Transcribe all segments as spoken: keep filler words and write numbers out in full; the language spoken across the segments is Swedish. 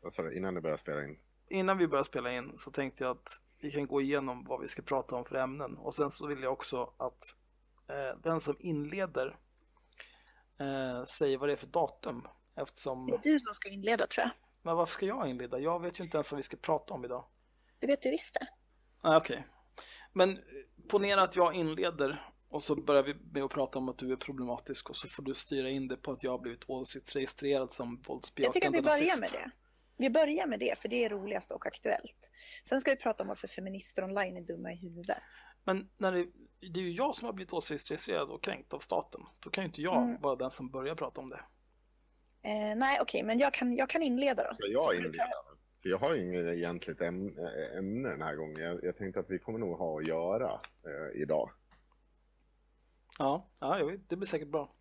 vad sa du, innan du börjar spela in? Innan vi börjar spela in så tänkte jag att vi kan gå igenom vad vi ska prata om för ämnen. Och sen så vill jag också att eh, den som inleder eh, säger vad det är för datum. Eftersom... Det är du som ska inleda, tror jag. Men varför ska jag inleda? Jag vet ju inte ens vad vi ska prata om idag. Det vet du visst det. Ah, okej. Okay. Men ponera att jag inleder och så börjar vi med att prata om att du är problematisk och så får du styra in det på att jag har blivit åsiktsregistrerad som våldsbejakande Jag tycker att vi börjar nazist. med det. Vi börjar med det, för det är roligast och aktuellt. Sen ska vi prata om varför feminister online är dumma i huvudet. Men när det, det är ju jag som har blivit åsiktsregistrerad och kränkt av staten. Då kan ju inte jag mm. vara den som börjar prata om det. Eh, nej, okej, men jag kan, jag kan inleda då. Ja, jag inleder. För jag har ju inget egentligt ämne, ämne den här gången. Jag, jag tänkte att vi kommer nog ha att göra eh, idag. Ja, ja, jag vet, det blir säkert bra.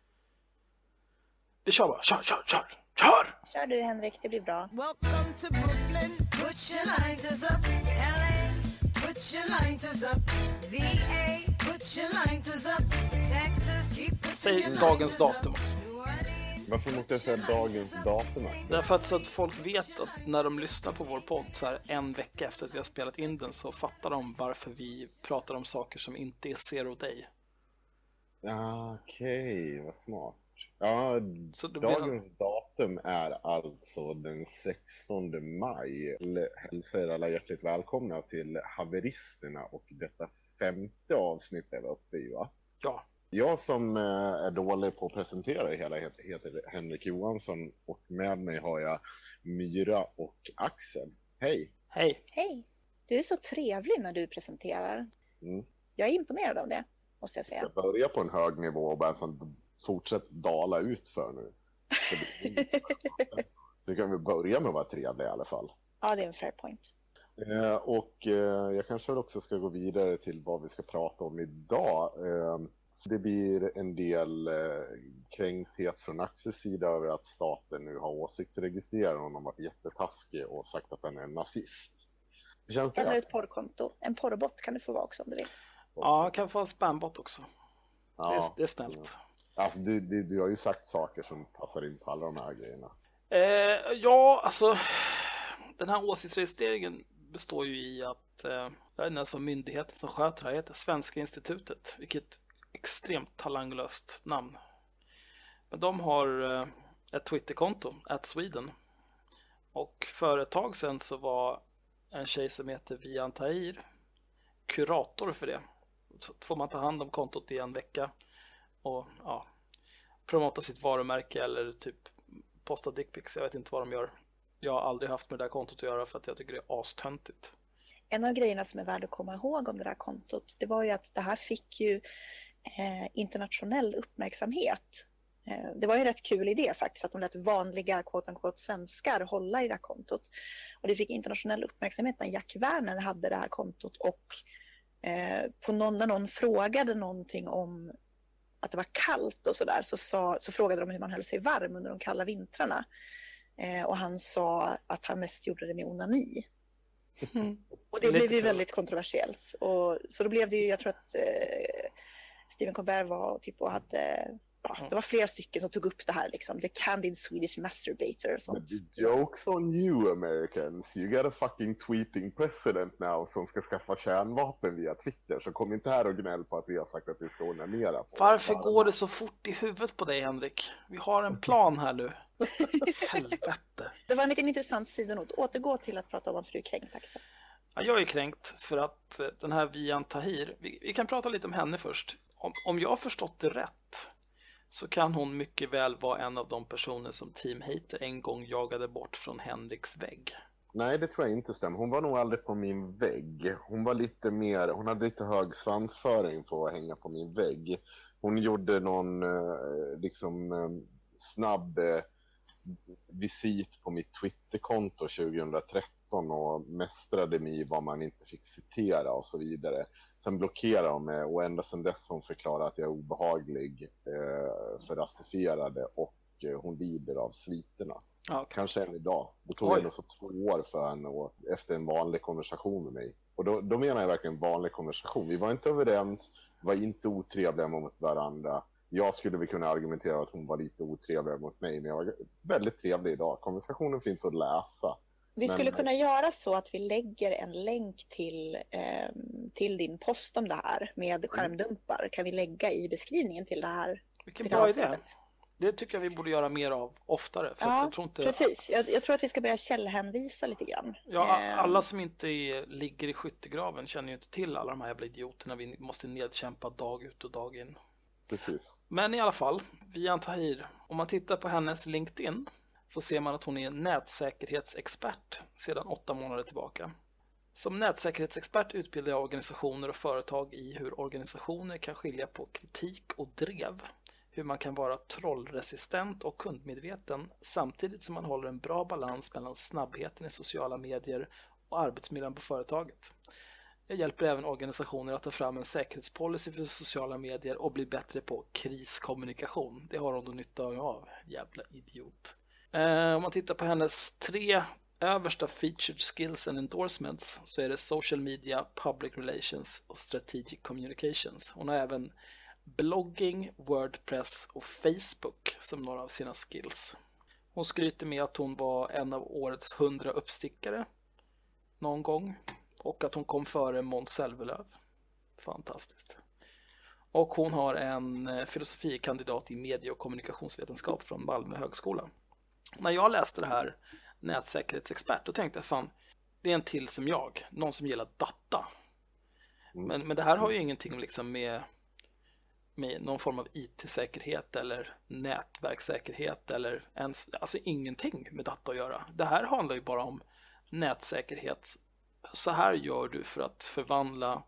Vi kör bara, kör, kör, kör, kör! Kör du, Henrik, det blir bra. Welcome to Brooklyn, put your lighters up. L A, put your lighters up. V A, put your lighters up. Texas, keep putting Säg your dagens lighters datum up. också. Varför måste jag säga dagens datum? Därför att så att folk vet att när de lyssnar på vår podd så här en vecka efter att vi har spelat in den så fattar de varför vi pratar om saker som inte är Zero Day. Ja, okej, okay, vad smart. Ja, så dagens menar... datum är alltså den sextonde maj. Hälsar er alla hjärtligt välkomna till Haveristerna och detta femte avsnitt är uppe i, va? Ja. Jag som är dålig på att presentera det hela heter Henrik Johansson och med mig har jag Myra och Axel. Hej! Hej! Hej! Du är så trevlig när du presenterar. Mm. Jag är imponerad av det, måste jag säga. Jag börjar på en hög nivå och bara sånt, fortsätt dala ut för nu. Så kan vi börja med att vara trevliga i alla fall. Ja, det är en fair point. Eh, och eh, jag kanske också ska gå vidare till vad vi ska prata om idag. Eh, Det blir en del eh, kränkthet från Axels sida över att staten nu har åsiktsregistrerat honom, varit jättetaskig och sagt att han är en nazist. Hur känns det? Eller ett porrkonto. En porrbot kan du få vara också om du vill. Ja, jag kan få en spambot också. Ja, det, är, det är snällt. Ja. Alltså, du, du, du har ju sagt saker som passar in på alla de här grejerna. Eh, ja, alltså den här åsiktsregistreringen består ju i att eh, jag vet inte ens vad myndigheten som sköter det här heter, Svenska institutet, vilket extremt talanglöst namn. Men de har ett Twitterkonto, at Sweden. Och för ett tag sedan så var en tjej som heter Vian Tahir kurator för det. Så får man ta hand om kontot i en vecka och ja, promota sitt varumärke eller typ posta dickpics. Jag vet inte vad de gör. Jag har aldrig haft med det där kontot att göra för att jag tycker det är astöntigt. En av grejerna som är värd att komma ihåg om det där kontot, det var ju att det här fick ju Eh, internationell uppmärksamhet. Eh, det var ju en rätt kul idé faktiskt att de lät vanliga quote unquote svenskar hålla i det här kontot. Och det fick internationell uppmärksamhet när Jack Werner hade det här kontot och eh, på någon, när någon frågade någonting om att det var kallt och sådär så, sa, så frågade de hur man höll sig varm under de kalla vintrarna. Eh, och han sa att han mest gjorde det med onani. Mm. Och det blev ju väldigt kontroversiellt. Och, så då blev det ju, jag tror att eh, Stephen Colbert var typ och hade, ja, det var flera stycken som tog upp det här liksom, the candid Swedish masturbator och sånt. Jokes on you Americans, you got a fucking tweeting president now som ska skaffa kärnvapen via Twitter, så kom inte här och gnäll på att vi har sagt att vi ska onanera. Varför går det så fort i huvudet på dig, Henrik? Vi har en plan här nu. Helvete. Det var en liten intressant sidonot. Återgå till att prata om varför du är kränkt, Axel. Ja, jag är kränkt för att den här Vian Tahir, vi, vi kan prata lite om henne först. Om, om jag har förstått det rätt så kan hon mycket väl vara en av de personer som Team Hater en gång jagade bort från Henriks vägg. Nej, det tror jag inte stämmer. Hon var nog aldrig på min vägg. Hon var lite mer, hon hade lite hög svansföring på att hänga på min vägg. Hon gjorde någon liksom snabb visit på mitt Twitterkonto tjugohundratretton och mästrade mig vad man inte fick citera och så vidare. Sen blockerade de mig och ända sedan dess hon förklarar att jag är obehaglig eh, för rasifierade och eh, hon lider av sviterna. Okay. Kanske än idag. Det tog ändå så två år för henne och efter en vanlig konversation med mig. Och då, då menar jag verkligen vanlig konversation. Vi var inte överens, var inte otrevliga mot varandra. Jag skulle väl kunna argumentera att hon var lite otrevlig mot mig, men jag var väldigt trevlig idag. Konversationen finns att läsa. Vi men... skulle kunna göra så att vi lägger en länk till, eh, till din post om det här med skärmdumpar. Kan vi lägga i beskrivningen till det här? Vilken till bra det idé. Det tycker jag vi borde göra mer av oftare. För ja, att jag tror inte... precis. Jag, jag tror att vi ska börja källhänvisa lite grann. Ja, alla som inte är, ligger i skyttegraven känner ju inte till alla de här jävla idioterna vi måste nedkämpa dag ut och dag in. Precis. Men i alla fall, Vian Tahir, om man tittar på hennes LinkedIn så ser man att hon är nätsäkerhetsexpert sedan åtta månader tillbaka. Som nätsäkerhetsexpert utbildar jag organisationer och företag i hur organisationer kan skilja på kritik och drev. Hur man kan vara trollresistent och kundmedveten samtidigt som man håller en bra balans mellan snabbheten i sociala medier och arbetsmiljön på företaget. Jag hjälper även organisationer att ta fram en säkerhetspolicy för sociala medier och bli bättre på kriskommunikation. Det har hon då nytta av, jävla idiot. Eh, om man tittar på hennes tre översta featured skills and endorsements så är det social media, public relations och strategic communications. Hon har även blogging, Wordpress och Facebook som några av sina skills. Hon skryter med att hon var en av årets hundra uppstickare någon gång och att hon kom före Måns Zelmerlöw. Fantastiskt. Och hon har en filosofikandidat i medie- och kommunikationsvetenskap från Malmö högskola. När jag läste det här nätsäkerhetsexpert då tänkte jag fan, det är en till som jag, någon som gillar data. Men, men det här har ju ingenting liksom med med någon form av I T-säkerhet eller nätverkssäkerhet eller ens, alltså ingenting med data att göra. Det här handlar ju bara om nätsäkerhet. Så här gör du för att förvandla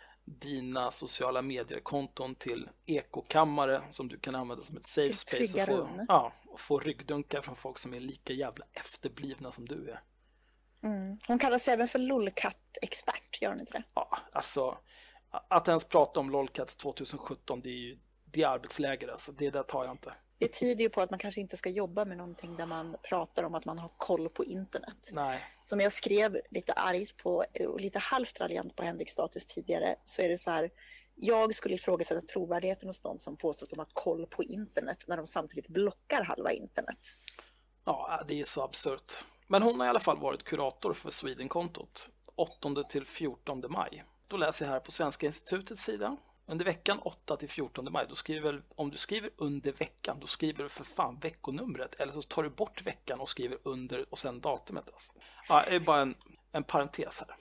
dina sociala medier-konton till ekokammare som du kan använda som ett safe space och få, ja, och få ryggdunkar från folk som är lika jävla efterblivna som du är. Mm. Hon kallar sig även för lolcat-expert, gör hon inte det? Ja, alltså att ens prata om lolcats tjugohundrasjutton, det är ju det är arbetsläger, alltså. Det där tar jag inte. Det tyder ju på att man kanske inte ska jobba med någonting där man pratar om att man har koll på internet. Nej. Som jag skrev lite argt på, och lite halvt raljant på Henrik Status tidigare, så är det så här: jag skulle ifrågasätta trovärdigheten hos någon som påstår att de har koll på internet när de samtidigt blockar halva internet. Ja, det är så absurt. Men hon har i alla fall varit kurator för Sweden-kontot åttonde till fjortonde maj. Då läser jag här på Svenska institutets sida. Under veckan åttonde till fjortonde maj, då skriver, om du skriver under veckan, då skriver du för fan veckonumret. Eller så tar du bort veckan och skriver under och sen datumet. Alltså. Ja, det är bara en, en parentes här.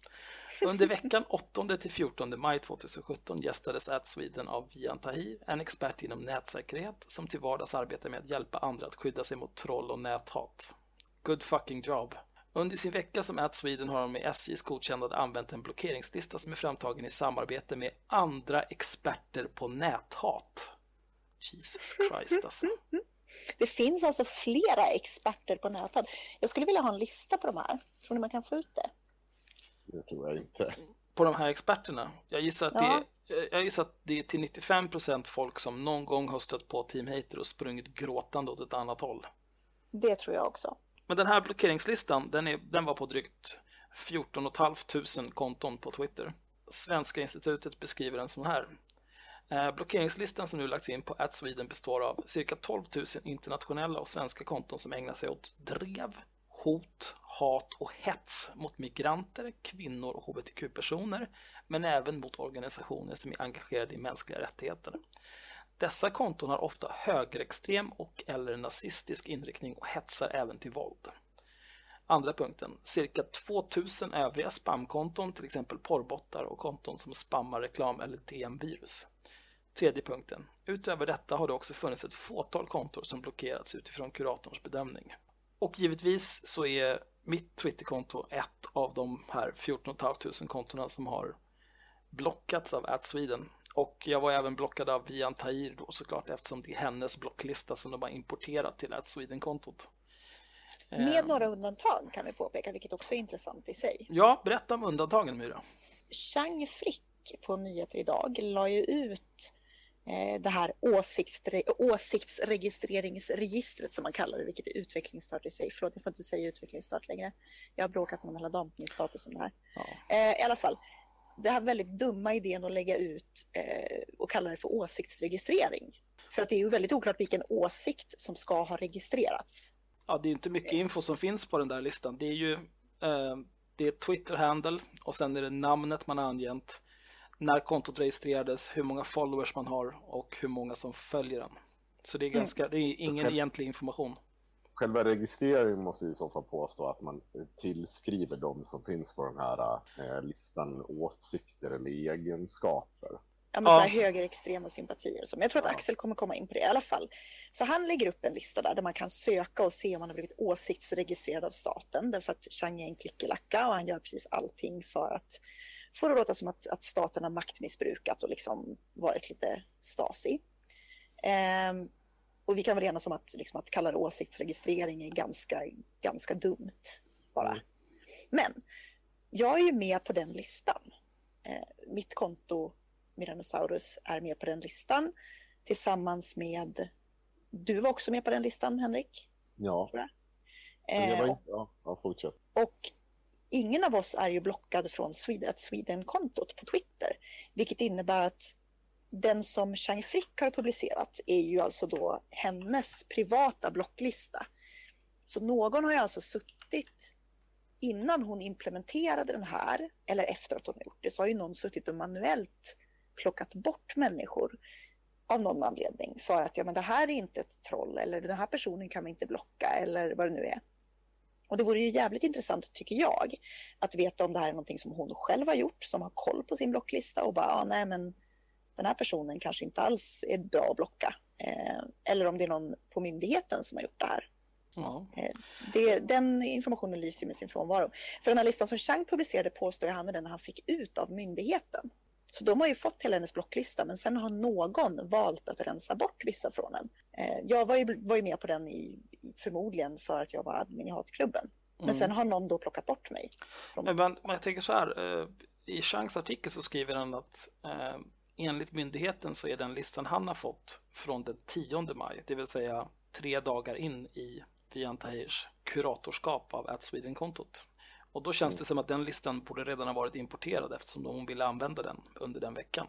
Under veckan åttonde till fjortonde maj tjugohundrasjutton gästades AdSweden av Vian Tahir, en expert inom nätsäkerhet som till vardags arbetar med att hjälpa andra att skydda sig mot troll och näthat. Good fucking job. Under sin vecka som AdSweden har de med S J:s godkännande använt en blockeringslista som är framtagen i samarbete med andra experter på näthat. Jesus Christ alltså. Det finns alltså flera experter på näthat. Jag skulle vilja ha en lista på de här. Tror ni man kan få ut det? Det tror jag inte. På de här experterna? Jag gissar att, ja. det, är, jag gissar att det är till nittiofem procent folk som någon gång har stött på Team Hater och sprungit gråtande åt ett annat håll. Det tror jag också. Men den här blockeringslistan, den, är, den var på drygt fjorton tusen femhundra konton på Twitter. Svenska institutet beskriver den som här. Eh, blockeringslistan som nu lagts in på AdSweden består av cirka tolv tusen internationella och svenska konton som ägnar sig åt drev, hot, hat och hets mot migranter, kvinnor och H B T Q-personer, men även mot organisationer som är engagerade i mänskliga rättigheter. Dessa konton har ofta högerextrem och eller nazistisk inriktning och hetsar även till våld. Andra punkten, cirka tvåtusen övriga spamkonton, till exempel porrbottar och konton som spammar reklam eller D M-virus. Tredje punkten, utöver detta har det också funnits ett fåtal kontor som blockerats utifrån kuratorns bedömning. Och givetvis så är mitt Twitterkonto ett av de här fjorton tusen kontona som har blockats av AdSweden. Och jag var även blockad av Vian Tahir då såklart, eftersom det är hennes blocklista som de har importerat till AdSweden-kontot. Med några undantag kan vi påpeka, vilket också är intressant i sig. Ja, berätta om undantagen, Myra. Chang Frick på Nyheter idag la ju ut eh, det här åsiktsre- åsiktsregistreringsregistret som man kallar det, vilket är utvecklingsstart i sig. Förlåt, jag får inte säga utvecklingsstart längre. Jag har bråkat med hela dagen på min status om det här. Ja. Eh, I alla fall. det här väldigt dumma idén att lägga ut eh, och kalla det för åsiktsregistrering. För att det är ju väldigt oklart vilken åsikt som ska ha registrerats. Ja, det är inte mycket info som finns på den där listan. Det är ju eh, det är Twitter-handle och sen är det namnet man har angett, när kontot registrerades, hur många followers man har och hur många som följer den. Så det är ganska, mm. det är ingen själv, egentlig information. Själva registreringen måste i så fall påstå att man tillskriver de som finns på den här eh, listan åsikter eller egenskaper. Ja, men ja. Så här högerextrema sympatier. Men jag tror att ja. Axel kommer komma in på det i alla fall. Så han lägger upp en lista där, där man kan söka och se om man har blivit åsiktsregistrerad av staten. Därför att Chang är en klickelacka och han gör precis allting för att få det låta som att, att staten har maktmissbrukat och liksom varit lite Stasi. Ehm, och vi kan väl enas om att, liksom, att kalla det åsiktsregistrering är ganska, ganska dumt bara. Mm. Men jag är ju med på den listan. Ehm, mitt konto Miranosaurus är med på den listan tillsammans med, du var också med på den listan, Henrik? Ja. Tror jag. Jag var, ja, ja, fortsätt. Och ingen av oss är ju blockad från Sweden, Sweden-kontot på Twitter, vilket innebär att den som Chang Frick har publicerat är ju alltså då hennes privata blocklista. Så någon har ju alltså suttit innan hon implementerade den här, eller efter att hon har gjort det, så har ju någon suttit och manuellt plockat bort människor av någon anledning för att ja, men det här är inte ett troll eller den här personen kan vi inte blocka eller vad det nu är. Och det vore ju jävligt intressant, tycker jag, att veta om det här är någonting som hon själv har gjort, som har koll på sin blocklista och bara, ah, nej men den här personen kanske inte alls är bra att blocka. Eh, eller om det är någon på myndigheten som har gjort det här. Ja. Eh, det, den informationen lyser med sin frånvaro. För den här listan som Chang publicerade påstår jag han är den han fick ut av myndigheten. Så de har ju fått hela hennes blocklista, men sen har någon valt att rensa bort vissa från den. Eh, jag var ju, var ju med på den i, i, förmodligen för att jag var admin i hatklubben. Men mm. sen har någon då plockat bort mig. Från... Men, men jag tänker så här, eh, i Changs artikel så skriver han att eh, enligt myndigheten så är den listan han har fått från den tionde maj, det vill säga tre dagar in i Vian Tahirs kuratorskap av at Sweden-kontot. Och då känns det som att den listan borde redan ha varit importerad eftersom hon ville använda den under den veckan.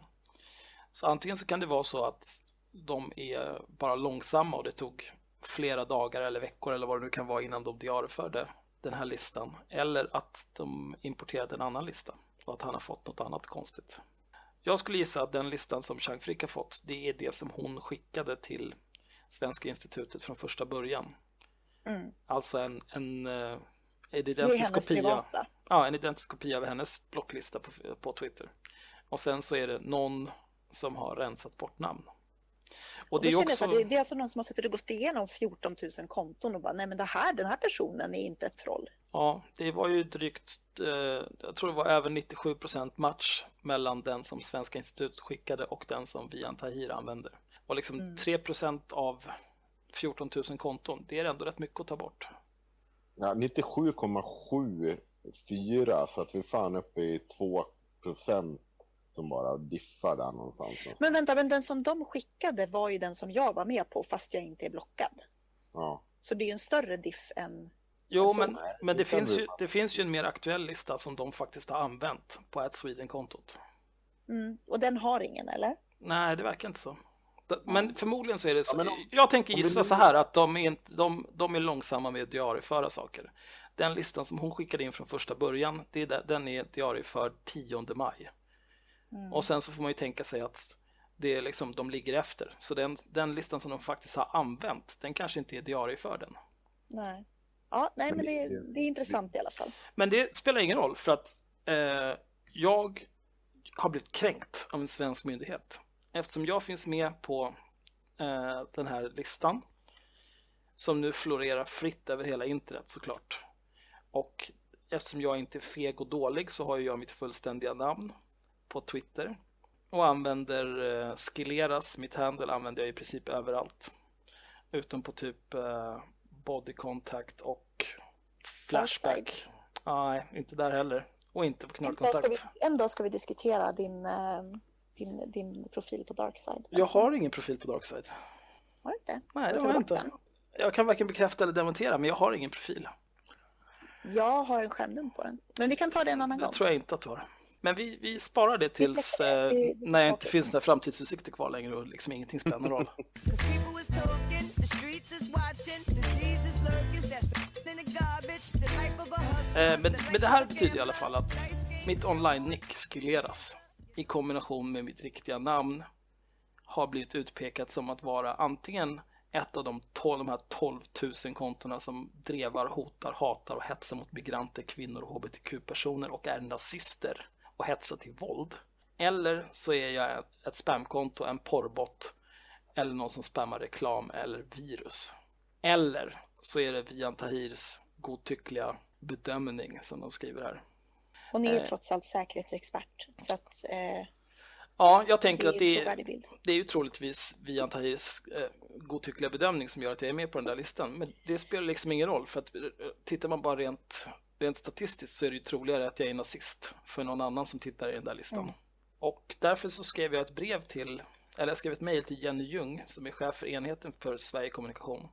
Så antingen så kan det vara så att de är bara långsamma och det tog flera dagar eller veckor eller vad det nu kan vara innan de diarieförde den här listan. Eller att de importerade en annan lista och att han har fått något annat konstigt. Jag skulle gissa att den listan som Chang Frick har fått, det är det som hon skickade till Svenska institutet från första början. Mm. Alltså en... en identisk kopia, ja, en identisk kopia av hennes blocklista på, på Twitter. Och sen så är det någon som har rensat bort namn. Och, och det, är också... det, det är alltså någon som har suttit och gått igenom fjorton tusen konton och bara, nej men det här, den här personen är inte ett troll. Ja, det var ju drygt, eh, jag tror det var över nittiosju procent match mellan den som Svenska institutet skickade och den som Vian Tahir använder. Och liksom mm. tre procent av fjorton tusen konton, det är ändå rätt mycket att ta bort. Ja, nittiosju komma sju fyra så att vi fan uppe i två procent som bara diffar där någonstans. någonstans. Men vänta, men den som de skickade var ju den som jag var med på fast jag inte är blockad. Ja. Så det är ju en större diff än... Jo, än men, men det, finns ju, det finns ju en mer aktuell lista som de faktiskt har använt på at Sweden-kontot. Mm. Och den har ingen, eller? Nej, det verkar inte så. Men förmodligen så är det så. Ja, om, jag tänker gissa det... så här att de är, inte, de, de är långsamma med att diarieföra saker. Den listan som hon skickade in från första början, det är där, den är diarieförd tionde maj. Mm. Och sen så får man ju tänka sig att det är liksom, de ligger efter. Så den, den listan som de faktiskt har använt, den kanske inte är diarieförd än. Nej. Ja, nej, men det, det är intressant i alla fall. Men det spelar ingen roll för att eh, jag har blivit kränkt av en svensk myndighet. Eftersom jag finns med på eh, den här listan som nu florerar fritt över hela internet såklart. Och eftersom jag inte är feg och dålig så har jag mitt fullständiga namn på Twitter. Och använder eh, Skilleras, mitt handle använder jag i princip överallt. Utom på typ eh, body contact och flashback. Nej, inte där heller. Och inte på knallkontakt. En dag ska vi, en dag ska vi diskutera din... Eh... Din, din profil på Darkside. Jag har ingen profil på Darkside. Har du inte? Nej, det har jag inte. Den? Jag kan varken bekräfta eller dementera, men jag har ingen profil. Jag har en skärmdump på den. Men vi kan ta det en annan det gång. Det tror jag inte att du har. Men vi, vi sparar det tills eh, när jag inte finns några framtidsutsikter kvar längre och liksom ingenting spelar någon roll. eh, men, men det här betyder i alla fall att mitt online-nick skilleras i kombination med mitt riktiga namn har blivit utpekat som att vara antingen ett av de, tolv, de här tolv tusen kontona som drevar, hotar, hatar och hetsar mot migranter, kvinnor och hbtq-personer och är nazister och hetsar till våld. Eller så är jag ett, ett spamkonto, en porrbot eller någon som spammar reklam eller virus. Eller så är det Vian Tahirs godtyckliga bedömning som de skriver här. Och ni är eh. trots allt säkerhetsexpert, så att... Eh... Ja, jag tänker det att det är, det är ju troligtvis Vian Tahirs eh, godtyckliga bedömning som gör att jag är med på den där listan. Men det spelar liksom ingen roll, för att eh, tittar man bara rent, rent statistiskt så är det ju troligare att jag är nazist för någon annan som tittar i den där listan. Mm. Och därför så skrev jag ett brev till, eller jag skrev ett mejl till Jenny Ljung som är chef för enheten för Sverigekommunikation.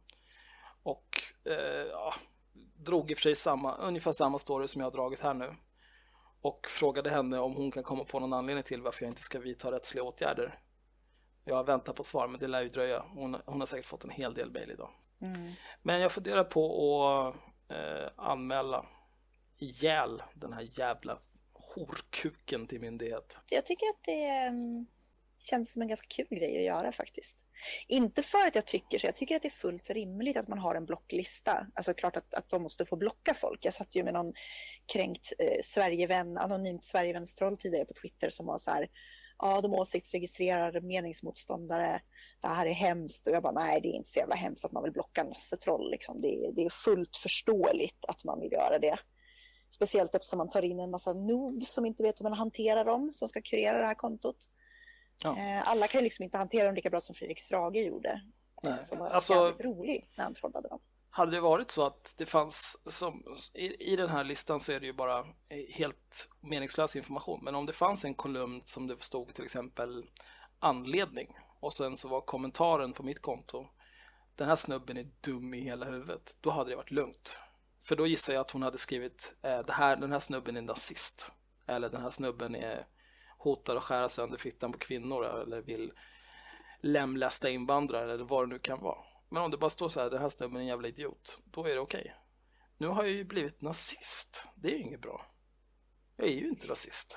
Och eh, ja, drog i och för sig samma, ungefär samma story som jag har dragit här nu. Och frågade henne om hon kan komma på någon anledning till varför jag inte ska vidta rättsliga åtgärder. Jag väntar på svar, men det lär ju dröja. Hon, hon har säkert fått en hel del mejl idag. Mm. Men jag funderar på att eh, anmäla ihjäl den här jävla horkuken till myndighet. Jag tycker att det um, känns som en ganska kul grej att göra faktiskt. Inte för att jag tycker så. Jag tycker att det är fullt rimligt att man har en blocklista. Alltså klart att, att de måste få blocka folk. Jag satt ju med någon kränkt eh, Sverigevän, anonymt Sverigevänsttroll tidigare på Twitter som var så här: ja, de åsiktsregistrerar meningsmotståndare. Det här är hemskt. Och jag bara, nej, det är inte så jävla hemskt att man vill blocka Nassetroll. Liksom. Det, det är fullt förståeligt att man vill göra det. Speciellt eftersom man tar in en massa noob som inte vet hur man hanterar dem, som ska kurera det här kontot. Ja. Alla kan ju liksom inte hantera dem lika bra som Fredrik Strage gjorde. Nej. Som var alltså, jävligt rolig när han trollade dem. Hade det varit så att det fanns, som, i, i den här listan så är det ju bara helt meningslös information. Men om det fanns en kolumn som det stod till exempel anledning och sen så var kommentaren på mitt konto: den här snubben är dum i hela huvudet. Då hade det varit lugnt. För då gissar jag att hon hade skrivit eh, det här, den här snubben är nazist. Eller den här snubben är hotar att skära sönder fittan på kvinnor eller vill lämlästa invandrare eller vad det nu kan vara. Men om det bara står så här: den här snubben är en jävla idiot, då är det okej. Okay. Nu har jag ju blivit nazist. Det är ju inget bra. Jag är ju inte rasist.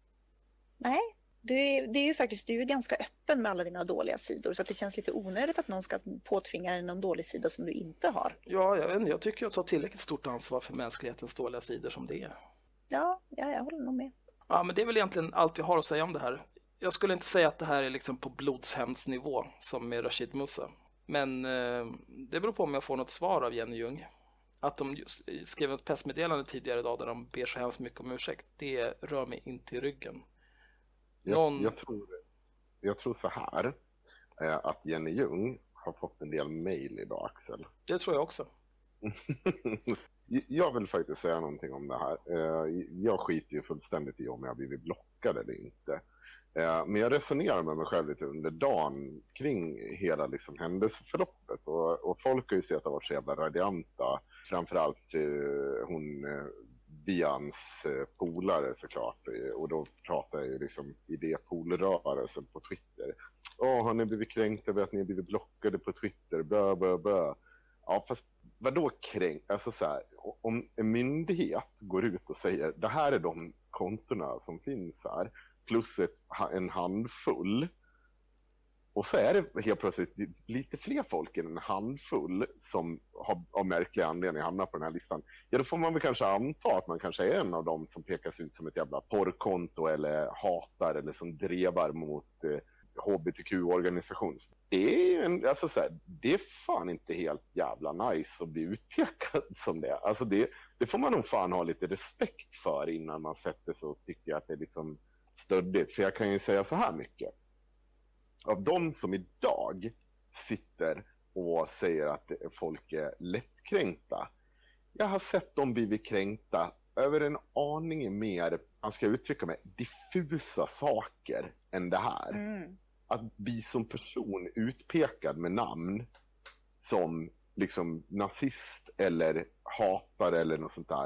Nej, du är, det är ju faktiskt, du är ganska öppen med alla dina dåliga sidor, så att det känns lite onödigt att någon ska påtvinga dig någon dålig sida som du inte har. Ja, jag vet inte. Jag tycker jag tar tillräckligt stort ansvar för mänsklighetens dåliga sidor som det är. Ja, ja jag håller nog med. Ja, men det är väl egentligen allt jag har att säga om det här. Jag skulle inte säga att det här är liksom på blodshämndsnivå som med Rashid Musa. Men eh, det beror på om jag får något svar av Jenny Ljung. Att de skrev ett pressmeddelande tidigare idag där de ber så hemskt mycket om ursäkt, det rör mig inte i ryggen. Någon... Jag, jag, tror, jag tror så här, eh, att Jenny Ljung har fått en del mejl idag, Axel. Det tror jag också. Jag vill faktiskt säga någonting om det här. Jag skiter ju fullständigt i om jag blivit blockad eller inte. Men jag resonerar med mig själv lite under dagen kring hela liksom händelseförloppet. Och, och folk har ju sett att det har varit så jävla radianta. Framförallt hon, Bians polare såklart. Och då pratar jag ju liksom idépolrörelsen på Twitter. Åh, har ni blivit kränkt över att ni har blivit blockade på Twitter? Bö, bö, bö. Ja, fast vadå kränkt? Alltså så här, om en myndighet går ut och säger det här är de kontorna som finns här plus ett, en handfull, och så är det helt plötsligt lite fler folk än en handfull som har, av märkliga anledningar hamnar på den här listan. Ja, då får man väl kanske anta att man kanske är en av dem som pekas ut som ett jävla porrkonto eller hatar eller som drevar mot eh, H B T Q-organisation. Det är en, alltså så här, det är fan inte helt jävla nice att bli utpekad som det. Alltså det, det får man nog fan ha lite respekt för innan man sätter sig och tycker att det är liksom stöddigt. För jag kan ju säga så här mycket. Av de som idag sitter och säger att folk är lättkränkta, jag har sett dem bli kränkta över en aning mer, man ska uttrycka mig, diffusa saker än det här. Mm. Att bli som person utpekad med namn som liksom nazist eller hatare eller något sånt där.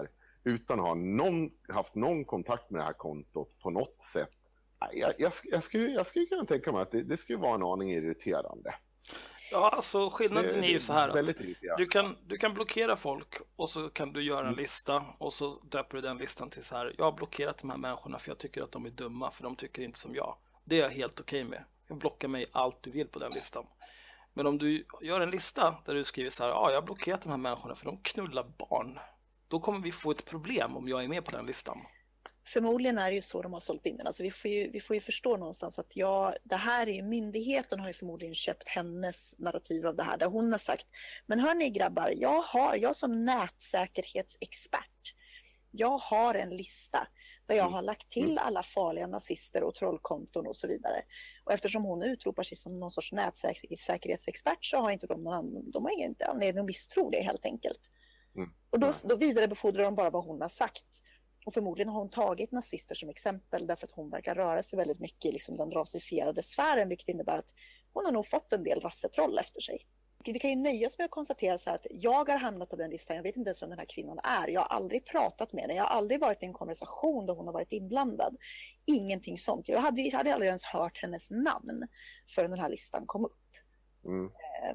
utan att ha någon, haft någon kontakt med det här kontot på något sätt. Jag, jag, jag, skulle, jag skulle kunna tänka mig att det, det skulle vara en aning irriterande. Ja, alltså skillnaden det, är ju så här att irriterande. du kan, du kan blockera folk och så kan du göra en lista och så döper du den listan till så här: jag har blockerat de här människorna för jag tycker att de är dumma, för de tycker inte som jag. Det är jag helt okej med. Jag blockar mig allt du vill på den listan. Men om du gör en lista där du skriver så här: ja, jag har blockerat de här människorna för de knullar barn, då kommer vi få ett problem om jag är med på den listan. Förmodligen är det ju så de har sålt in den. Alltså vi, får ju, vi får ju förstå någonstans att ja, det här är ju, myndigheten har ju förmodligen köpt hennes narrativ av det här. Där hon har sagt, men hörni grabbar, jag har, jag som nätsäkerhetsexpert, jag har en lista där jag har lagt till alla farliga nazister och trollkonton och så vidare. Och eftersom hon utropar sig som någon sorts nätsäkerhetsexpert så har inte de någon annan, de har ingen anledning att misstro det helt enkelt. Mm. Och då, då vidarebefordrar de bara vad hon har sagt. Och förmodligen har hon tagit nazister som exempel därför att hon verkar röra sig väldigt mycket i liksom den rasifierade sfären, vilket innebär att hon har nog fått en del rassetroll efter sig. Vi kan ju nöja oss med att konstatera så här att jag har hamnat på den listan, jag vet inte ens vem den här kvinnan är, jag har aldrig pratat med henne, jag har aldrig varit i en konversation där hon har varit inblandad. Ingenting sånt. Jag hade, jag hade aldrig ens hört hennes namn förrän den här listan kom upp. Mm.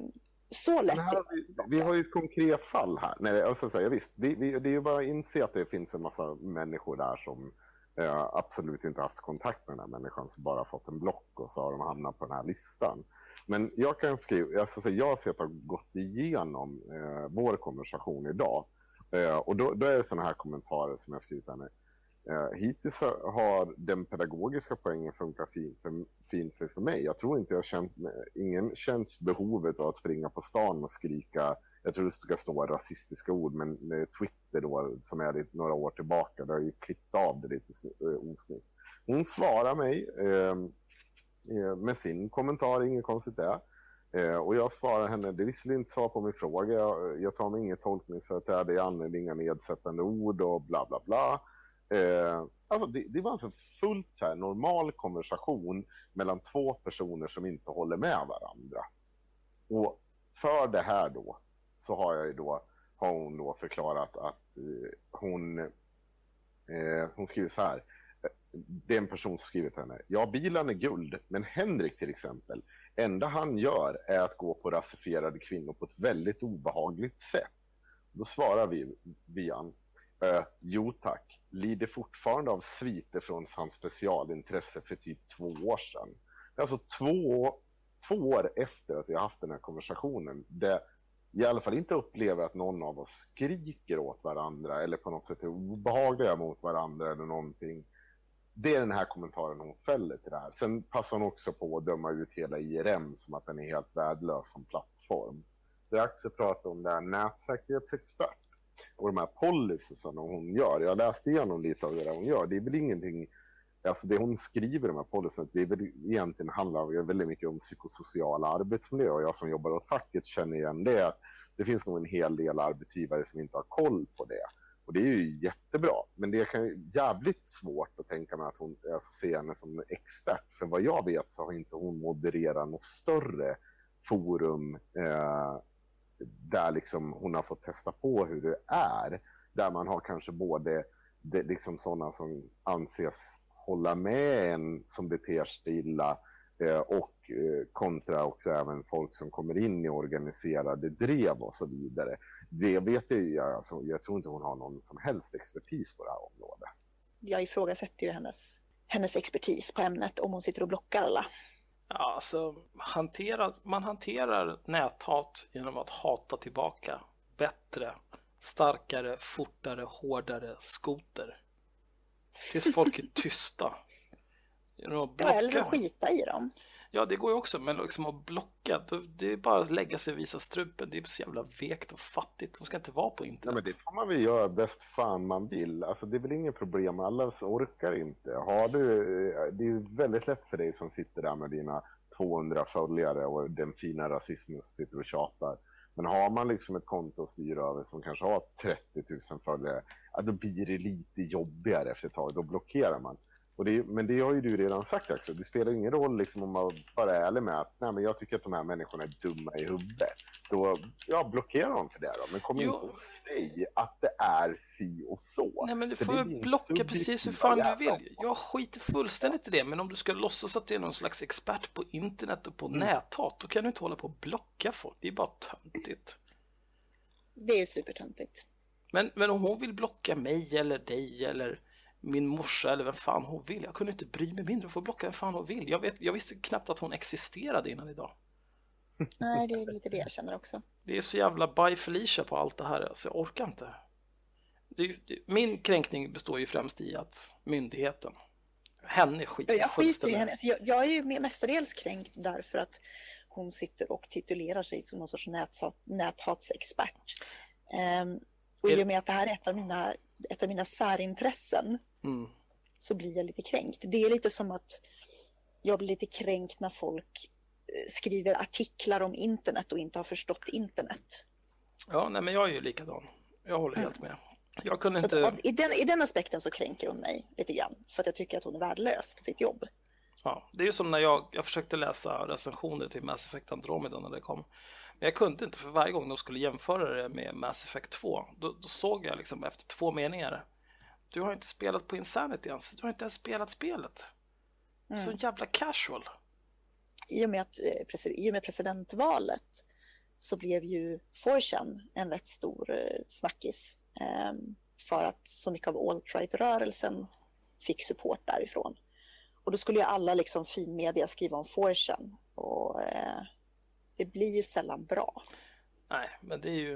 Så lätt. Här, vi, vi har ju ett konkret fall här. Nej, jag ska säga, visst, det, det, det är ju bara att inse att det finns en massa människor där som eh, absolut inte haft kontakt med den här människan, som bara fått en block och så har de hamnat på den här listan. Men jag kan skriva, jag ska säga, jag har sett och gått igenom eh, vår konversation idag. Eh, och då, då är det sådana här kommentarer som jag skrivit här. Eh, hittills har den pedagogiska poängen funkat fint för, fint för, för mig. Jag tror inte jag känt, ingen känns behovet av att springa på stan och skrika, jag tror det ska stå rasistiska ord, men Twitter då, som är lite några år tillbaka, där har ju klippt av det lite osnitt. Hon svarar mig eh, med sin kommentar, inget konstigt där. Eh, och jag svarar henne, det är visserligen inte svar på min fråga, jag, jag tar mig ingen tolkningsföreträde, jag använder inga nedsättande ord och bla bla bla. Eh, alltså det, det var alltså fullt så här normal konversation mellan två personer som inte håller med varandra. Och för det här då så har jag ju då har hon då förklarat att eh, hon eh, hon skriver så här. Det är en person som skrivit henne: ja, bilen är guld, men Henrik till exempel, enda han gör är att gå på rasifierade kvinnor på ett väldigt obehagligt sätt. Då svarar vi Vian: Uh, jo tack, lider fortfarande av sviter från hans specialintresse för typ två år sedan. Alltså två, två år efter att vi har haft den här konversationen, där jag i alla fall inte upplever att någon av oss skriker åt varandra eller på något sätt är obehagliga mot varandra eller någonting. Det är den här kommentaren hon fäller till det här. Sen passar hon också på att döma ut hela I R M som att den är helt värdelös som plattform. Det är också prata om det här nätsäkerhetsexpert och de här policysarna hon gör. Jag läste igenom lite av det där hon gör. Det är väl ingenting, alltså det hon skriver, de här policysarna, det är väl egentligen handlar väldigt mycket om psykosociala arbetsmiljö. Och jag som jobbar åt facket känner igen det. Det finns nog en hel del arbetsgivare som inte har koll på det. Och det är ju jättebra. Men det kan ju jävligt svårt att tänka mig att hon, alltså, ser henne som expert. För vad jag vet så har inte hon modererat något större forum eh, där liksom hon har fått testa på hur det är. Där man har kanske både det, liksom sådana som anses hålla med en som beter sig illa eh, och eh, kontra också även folk som kommer in i organiserade drev och så vidare. Det vet jag ju, alltså, jag tror inte hon har någon som helst expertis på det här området. Jag ifrågasätter ju hennes, hennes expertis på ämnet om hon sitter och blockar alla. Ja, alltså, hantera, man hanterar näthat genom att hata tillbaka. Bättre, starkare, fortare, hårdare, skoter. Tills folk är tysta. Det var hellre att skita i dem. Ja, det går ju också, men liksom att blocka, det är bara att lägga sig och visa strupen. Det är så jävla vekt och fattigt. De ska inte vara på internet. Ja, men det får man väl göra bäst fan man vill. Alltså det är väl inget problem, alla orkar inte. Har du, det är ju väldigt lätt för dig som sitter där med dina tvåhundra följare och den fina rasismen som sitter och tjatar. Men har man liksom ett konto att styra över som kanske har trettio tusen följare, ja, då blir det lite jobbigare efter ett tag. Då blockerar man. Och det, men det har ju du redan sagt också. Det spelar ingen roll liksom om man bara är ärlig med att nej, men jag tycker att de här människorna är dumma i huvudet. då ja, blockera dem för det då. Men kom Jo. inte och säg att det är si och så. Nej, men du För får det ju blir en blocka precis hur subjektiv fan du jävla- vill. Jag skiter fullständigt i det, men om du ska låtsas att du är någon slags expert på internet och på Mm. näthat, då kan du inte hålla på och blocka folk. Det är bara töntigt. Det är supertöntigt. Men, men om hon vill blocka mig eller dig eller min morsa eller vem fan hon vill, jag kunde inte bry mig mindre. Hon får blocka vem fan hon vill. Jag, vet, jag visste knappt att hon existerade innan idag. Nej, det är lite det jag känner också. Det är så jävla by Felicia på allt det här, alltså jag orkar inte. Det är, ju- det, min kränkning består ju främst i att myndigheten, henne skiter Jag skiter i fullständigt. henne. Så jag, jag är ju mestadels kränkt därför att hon sitter och titulerar sig som någon sorts näthat, näthatsexpert. Um, och i och med att det här är ett av mina, ett av mina särintressen Mm. så blir jag lite kränkt. Det är lite som att jag blir lite kränkt när folk eh, skriver artiklar om internet och inte har förstått internet. Ja, nej men jag är ju likadan. Jag håller helt med. Jag kunde Så att, inte... av- i, den, I den aspekten så kränker hon mig lite grann för att jag tycker att hon är värdelös på sitt jobb. Ja, det är ju som när jag, jag försökte läsa recensioner till Mass Effect Andromeda när det kom. Men jag kunde inte, för varje gång de skulle jämföra det med Mass Effect två, då, då såg jag liksom efter två meningar: du har inte spelat på Insanity ens, du har inte ens spelat spelet. Så jävla casual. I och med, att, eh, presi- i och med presidentvalet så blev ju four chan en rätt stor eh, snackis eh, för att så mycket av alt-right-rörelsen fick support därifrån. Och då skulle ju alla liksom finmedia skriva om four chan och eh, det blir ju sällan bra. Nej, men det är ju...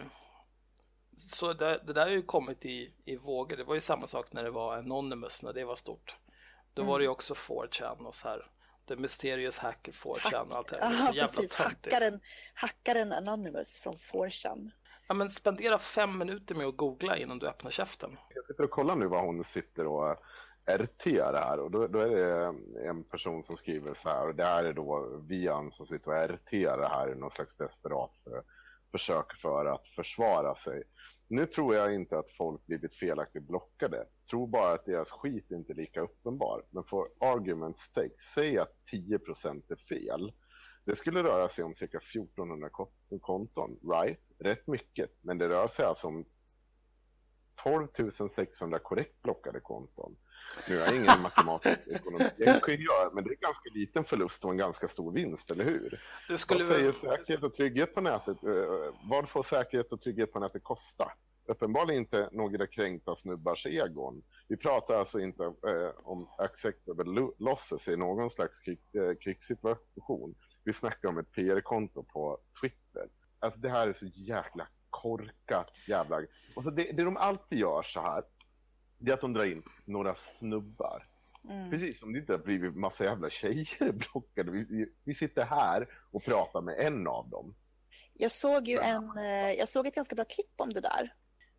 Så det, det där har ju kommit i, i vågor. Det var ju samma sak när det var Anonymous, när det var stort. Då var det ju också four chan och så här. The Mysterious Hacker four chan och allt det här. Det är så Ja, jävla precis. töntigt. Hackaren, hackaren Anonymous från four chan. Ja, men spendera fem minuter med att googla innan du öppnar käften. Jag sitter och kollar nu vad hon sitter och R T-ar här. Och då, då är det en person som skriver så här. Och det här är då Vian som sitter och R T-ar det här i någon slags desperat för, försök för att försvara sig. Nu tror jag inte att folk blivit felaktigt blockade. Tror bara att deras skit inte är lika uppenbar. Men för argument's sake, säg att tio procent är fel. Det skulle röra sig om cirka fjortonhundra konton, right? Rätt mycket, men det rör sig alltså om tolv tusen sexhundra korrekt blockade konton. Nu är jag ingen matematisk ekonom. Jag är ingenjör, men det är en ganska liten förlust och en ganska stor vinst, eller hur? Det skulle Vad säger väl... säkerhet och trygghet på nätet? Eh, vad får säkerhet och trygghet på nätet kosta? Uppenbarligen inte några kränkta snubbars egon. Vi pratar alltså inte eh, om acceptable lo- losses i någon slags krig, eh, krigssituation. Vi snackar om ett P R-konto på Twitter. Alltså det här är så jäkla korkat jävla... Och så det, det de alltid gör så här, det är att de drar in några snubbar. Mm. Precis som det inte har blivit massa jävla tjejer blockade. Vi, vi, vi sitter här och pratar med en av dem. Jag såg ju en, eh, jag såg ett ganska bra klipp om det där.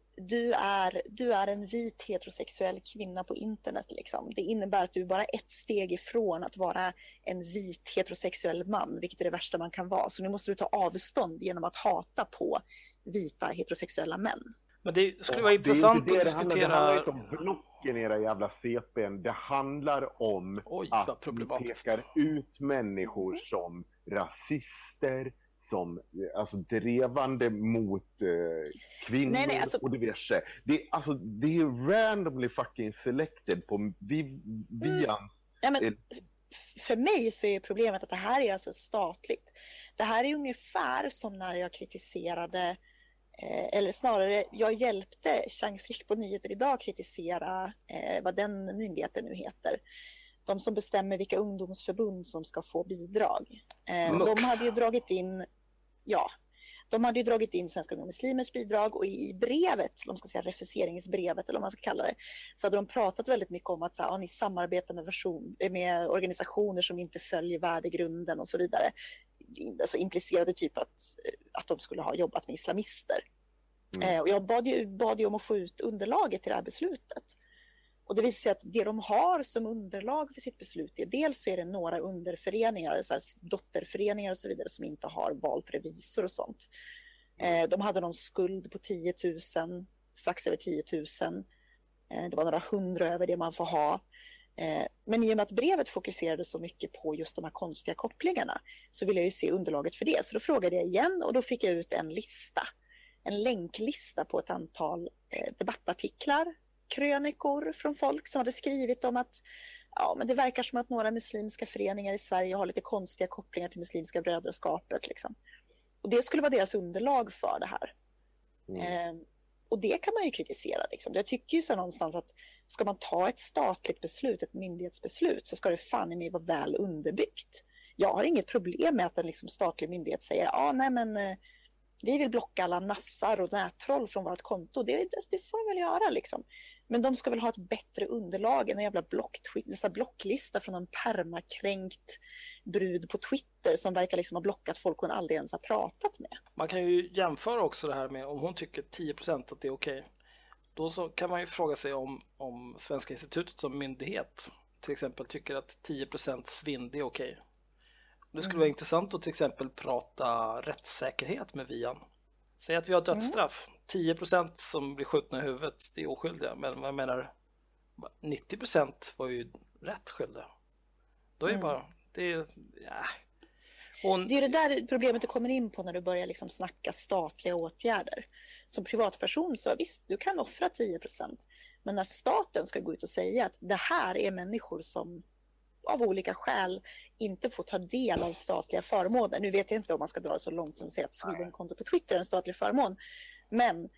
Du är, du är en vit heterosexuell kvinna på internet. Liksom. Det innebär att du är bara ett steg ifrån att vara en vit heterosexuell man, vilket är det värsta man kan vara. Så nu måste du ta avstånd genom att hata på vita heterosexuella män. Men det skulle Och vara det är intressant inte det att det handlar- diskutera... Det handlar inte om blocken, era jävla C P:n. Det handlar om Oj, vad att vi problematiskt. pekar ut människor som rasister, som alltså drevande mot eh, kvinnor Nej, nej, alltså- och diverse. Det, är- alltså, det är randomly fucking selected på vi, Vians... Ja, men Eh. f- för mig så är problemet att det här är alltså statligt. Det här är ungefär som när jag kritiserade, eh, eller snarare jag hjälpte Chang Frick på Nyheter idag kritisera eh, vad den myndigheten nu heter. De som bestämmer vilka ungdomsförbund som ska få bidrag. Eh, M U de K. hade ju dragit in, ja, de hade ju dragit in Svenska Unga Muslimers bidrag och i brevet, de ska säga refuseringsbrevet eller vad man ska kalla det, så hade de pratat väldigt mycket om att så här, ja, ni samarbetar med, version, med organisationer som inte följer värdegrunden och så vidare. Alltså implicerade typ att, att de skulle ha jobbat med islamister. Mm. Eh, och jag bad ju, bad ju om att få ut underlaget till det här beslutet. Och det visar sig att det de har som underlag för sitt beslut är dels så är det några underföreningar, så här dotterföreningar och så vidare som inte har valt revisor och sånt. Eh, de hade någon skuld på tio tusen, strax över tio tusen. Eh, det var några hundra över det man får ha. Eh, men i och med att brevet fokuserade så mycket på just de här konstiga kopplingarna så ville jag ju se underlaget för det. Så då frågade jag igen och då fick jag ut en lista. En länklista på ett antal eh, debattartiklar, krönikor från folk som hade skrivit om att ja, men det verkar som att några muslimska föreningar i Sverige har lite konstiga kopplingar till muslimska brödraskapet. Liksom. Och det skulle vara deras underlag för det här. Mm. Eh, och det kan man ju kritisera. Liksom. Jag tycker ju så någonstans att ska man ta ett statligt beslut, ett myndighetsbeslut, så ska det fan i mig vara väl underbyggt. Jag har inget problem med att en liksom statlig myndighet säger ja, ah, nej men eh, vi vill blocka alla nassar och nättroll från vårt konto. Det, det får de väl göra liksom. Men de ska väl ha ett bättre underlag än en jävla block, blocklista från en permakränkt brud på Twitter som verkar liksom ha blockat folk hon aldrig ens har pratat med. Man kan ju jämföra också det här med om hon tycker tio procent att det är okej. Då så kan man ju fråga sig om, om Svenska institutet som myndighet till exempel tycker att tio procent svinn är okej. Det skulle mm. vara intressant att till exempel prata rättssäkerhet med Vian. Säg att vi har dödsstraff. Mm. tio procent som blir skjutna i huvudet, det är oskyldiga. Men jag menar, nittio procent var ju rätt skyldiga. Då är det mm. bara, det är, ja. Hon... Det är det där problemet du kommer in på när du börjar liksom snacka statliga åtgärder. Som privatperson så visst, du kan offra tio procent. Men när staten ska gå ut och säga att det här är människor som av olika skäl inte får ta del av statliga förmåner. Nu vet jag inte om man ska dra det så långt som att säga att Sweden-konto på Twitter är en statlig förmån. Men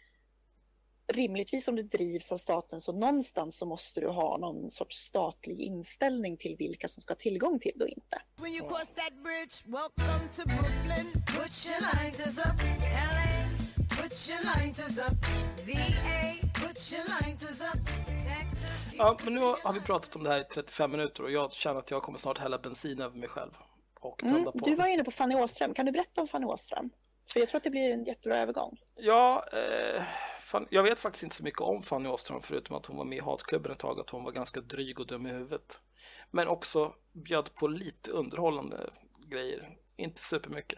rimligtvis om det drivs av staten så någonstans så måste du ha någon sorts statlig inställning till vilka som ska ha tillgång till det och inte. When you cross that bridge, welcome to Brooklyn. Put your lighters up, L A. Put your lighters up, V A. Put your lighters up, Texas. Ja, men nu har vi pratat om det här i trettiofem minuter och jag känner att jag kommer snart hälla bensin över mig själv. Och mm, på. Du var inne på Fanny Åström. Kan du berätta om Fanny Åström? För jag tror att det blir en jättebra övergång. Ja, eh, fan, jag vet faktiskt inte så mycket om Fanny Åström förutom att hon var med i Hatklubben ett tag, att hon var ganska dryg och dum i huvudet. Men också bjöd på lite underhållande grejer. Inte supermycket.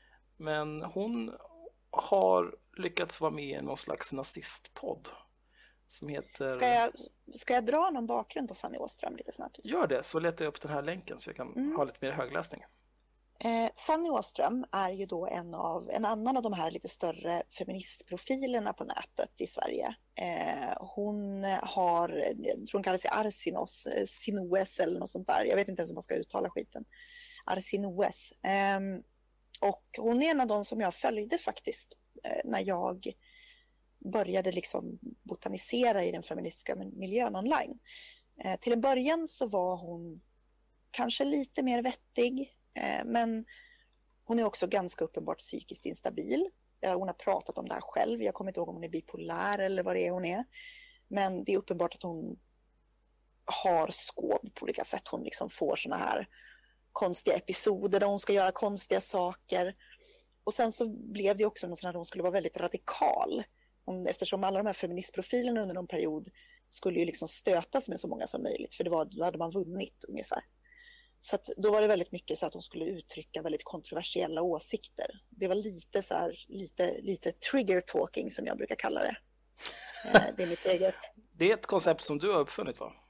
Men hon har lyckats vara med i någon slags nazistpodd. Som heter... Ska jag, ska jag dra någon bakgrund på Fanny Åström lite snabbt? Gör det, så letar jag upp den här länken så jag kan mm. ha lite mer högläsning. Eh, Fanny Åström är ju då en, av, en annan av de här lite större feministprofilerna på nätet i Sverige. Eh, hon har, jag tror hon kallar sig Arsinos, Sinoes eller något sånt där. Jag vet inte ens hur man ska uttala skiten. Arsinoes. Eh, och hon är en av de som jag följde faktiskt eh, när jag började liksom botanisera i den feministiska miljön online. Eh, till en början så var hon kanske lite mer vettig, eh, men hon är också ganska uppenbart psykiskt instabil. Eh, hon har pratat om det här själv. Jag kommer inte ihåg om hon är bipolär eller vad det är hon är. Men det är uppenbart att hon har skov på olika sätt. Hon liksom får såna här konstiga episoder där hon ska göra konstiga saker. Och sen så blev det också något sånt att hon skulle vara väldigt radikal. Hon, eftersom alla de här feministprofilerna under någon period skulle ju liksom stötas med så många som möjligt. För det var, då hade man vunnit ungefär. Så att då var det väldigt mycket så att hon skulle uttrycka väldigt kontroversiella åsikter. Det var lite så här, lite, lite trigger talking som jag brukar kalla det. Det är mitt eget. Det är ett koncept som du har uppfunnit, va?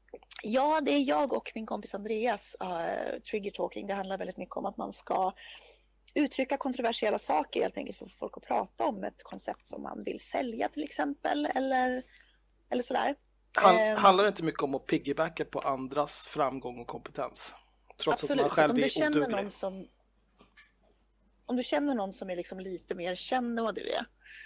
Ja, det är jag och min kompis Andreas. Uh, trigger talking, det handlar väldigt mycket om att man ska uttrycka kontroversiella saker helt enkelt för folk att prata om ett koncept som man vill sälja till exempel eller, eller sådär. Han, handlar det inte mycket om att piggybacka på andras framgång och kompetens? Trots absolut, att man själv om du är känner oduglig. någon som Om du känner någon som är liksom lite mer känd än vad du är,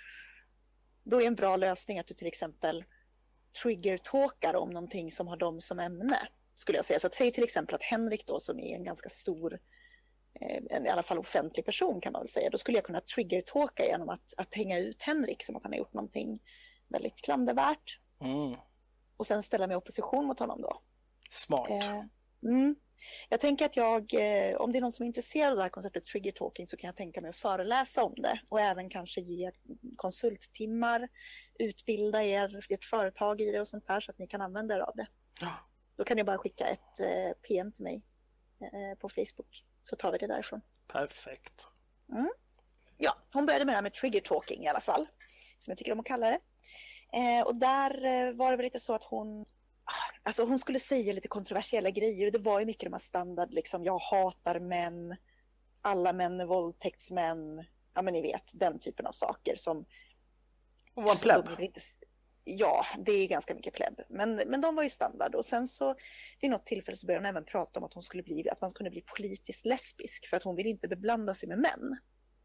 då är en bra lösning att du till exempel trigger-talkar om någonting som har dem som ämne, skulle jag säga. Så att säg till exempel att Henrik då, som är en ganska stor, eh, i alla fall offentlig person kan man väl säga, då skulle jag kunna trigger-talka genom att, att hänga ut Henrik som att han har gjort någonting väldigt klandervärt. Mm. Och sen ställa mig i opposition mot honom då. Smart. Eh, mm. Jag tänker att jag, eh, om det är någon som är intresserad av det här konceptet trigger talking, så kan jag tänka mig att föreläsa om det. Och även kanske ge konsulttimmar, utbilda er, ett företag i det och sånt där, så att ni kan använda er av det. Ja. Då kan ni bara skicka ett eh, P M till mig eh, på Facebook, så tar vi det därifrån. Perfekt. Mm. Ja, hon började med det här med trigger talking i alla fall, som jag tycker om att kalla det. Eh, och där eh, var det väl lite så att hon Alltså hon skulle säga lite kontroversiella grejer och det var ju mycket de här standard liksom, jag hatar män, alla män är våldtäktsmän, ja men ni vet den typen av saker som Hon var en alltså, plebb. de är inte, ja, det är ganska mycket plebb, men, men de var ju standard och sen så vid något tillfälle så började hon även prata om att hon skulle bli, att man kunde bli politiskt lesbisk för att hon vill inte beblanda sig med män.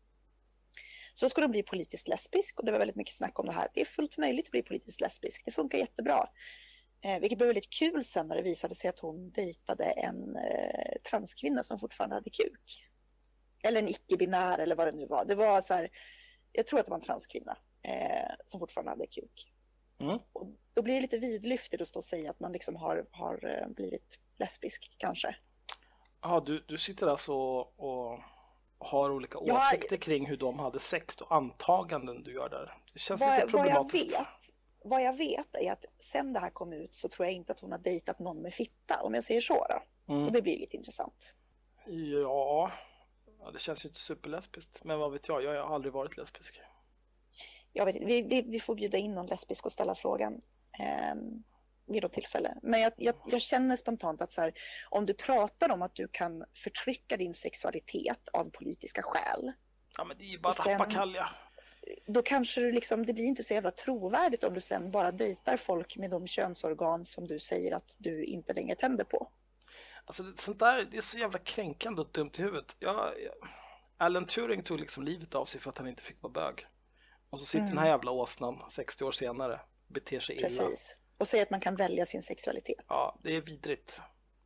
Så då skulle hon bli politiskt lesbisk och det var väldigt mycket snack om det här. Det är fullt möjligt att bli politiskt lesbisk, det funkar jättebra. Eh, vilket blev väldigt kul sen när det visade sig att hon dejtade en eh, transkvinna som fortfarande hade kuk. Eller en icke-binär eller vad det nu var. Det var så här, jag tror att det var en transkvinna eh, som fortfarande hade kuk. Mm. Och då blir det lite vidlyftigt att stå och säga att man liksom har, har eh, blivit lesbisk kanske. Ja, du, du sitter alltså och, och har olika Ja, åsikter kring hur de hade sex och antaganden du gör där. Det känns vad, lite vad jag problematiskt. vet, vad jag vet är att sen det här kom ut så tror jag inte att hon har dejtat någon med fitta, om jag säger så då. Mm. Så det blir lite intressant. Ja, ja, det känns ju inte superlesbiskt. Men vad vet jag, jag har aldrig varit lesbisk. Jag vet inte, vi, vi, vi får bjuda in någon lesbisk och ställa frågan eh, vid något tillfälle. Men jag, jag, jag känner spontant att så här, om du pratar om att du kan förtrycka din sexualitet av politiska skäl. Ja, men det är ju bara Och sen- rappakalja. Då kanske du liksom, det blir inte så jävla trovärdigt om du sen bara dejtar folk med de könsorgan som du säger att du inte längre tänder på. Alltså det, sånt där, det är så jävla kränkande och dumt i huvudet. Jag, jag, Alan Turing tog liksom livet av sig för att han inte fick vara bög. Och så sitter Mm. den här jävla åsnan sextio år senare, beter sig illa. Precis. Och säger att man kan välja sin sexualitet. Ja, det är vidrigt.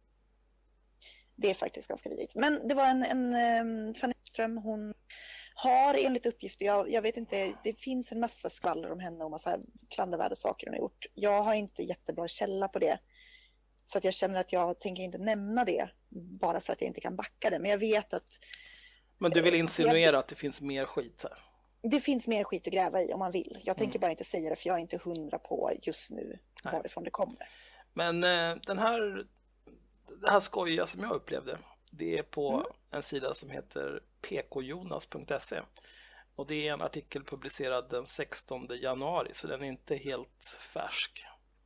Det är faktiskt ganska vidrigt. Men det var en, en um, Fanny Ström, hon har enligt uppgifter, jag, jag vet inte, det finns en massa skvaller om henne och massa klandervärda saker hon har gjort. Jag har inte jättebra källa på det. Så att jag känner att jag tänker inte nämna det bara för att jag inte kan backa det. Men jag vet att Men du vill Eh, insinuera jag- att det finns mer skit här? det finns mer skit att gräva i om man vill. Jag tänker Mm. bara inte säga det för jag är inte hundra på just nu Nej. varifrån det kommer. Men eh, den här, det här skojiga som jag upplevde, det är på Mm. en sida som heter p k jonas punkt se. Och det är en artikel publicerad den sextonde januari, så den är inte helt färsk.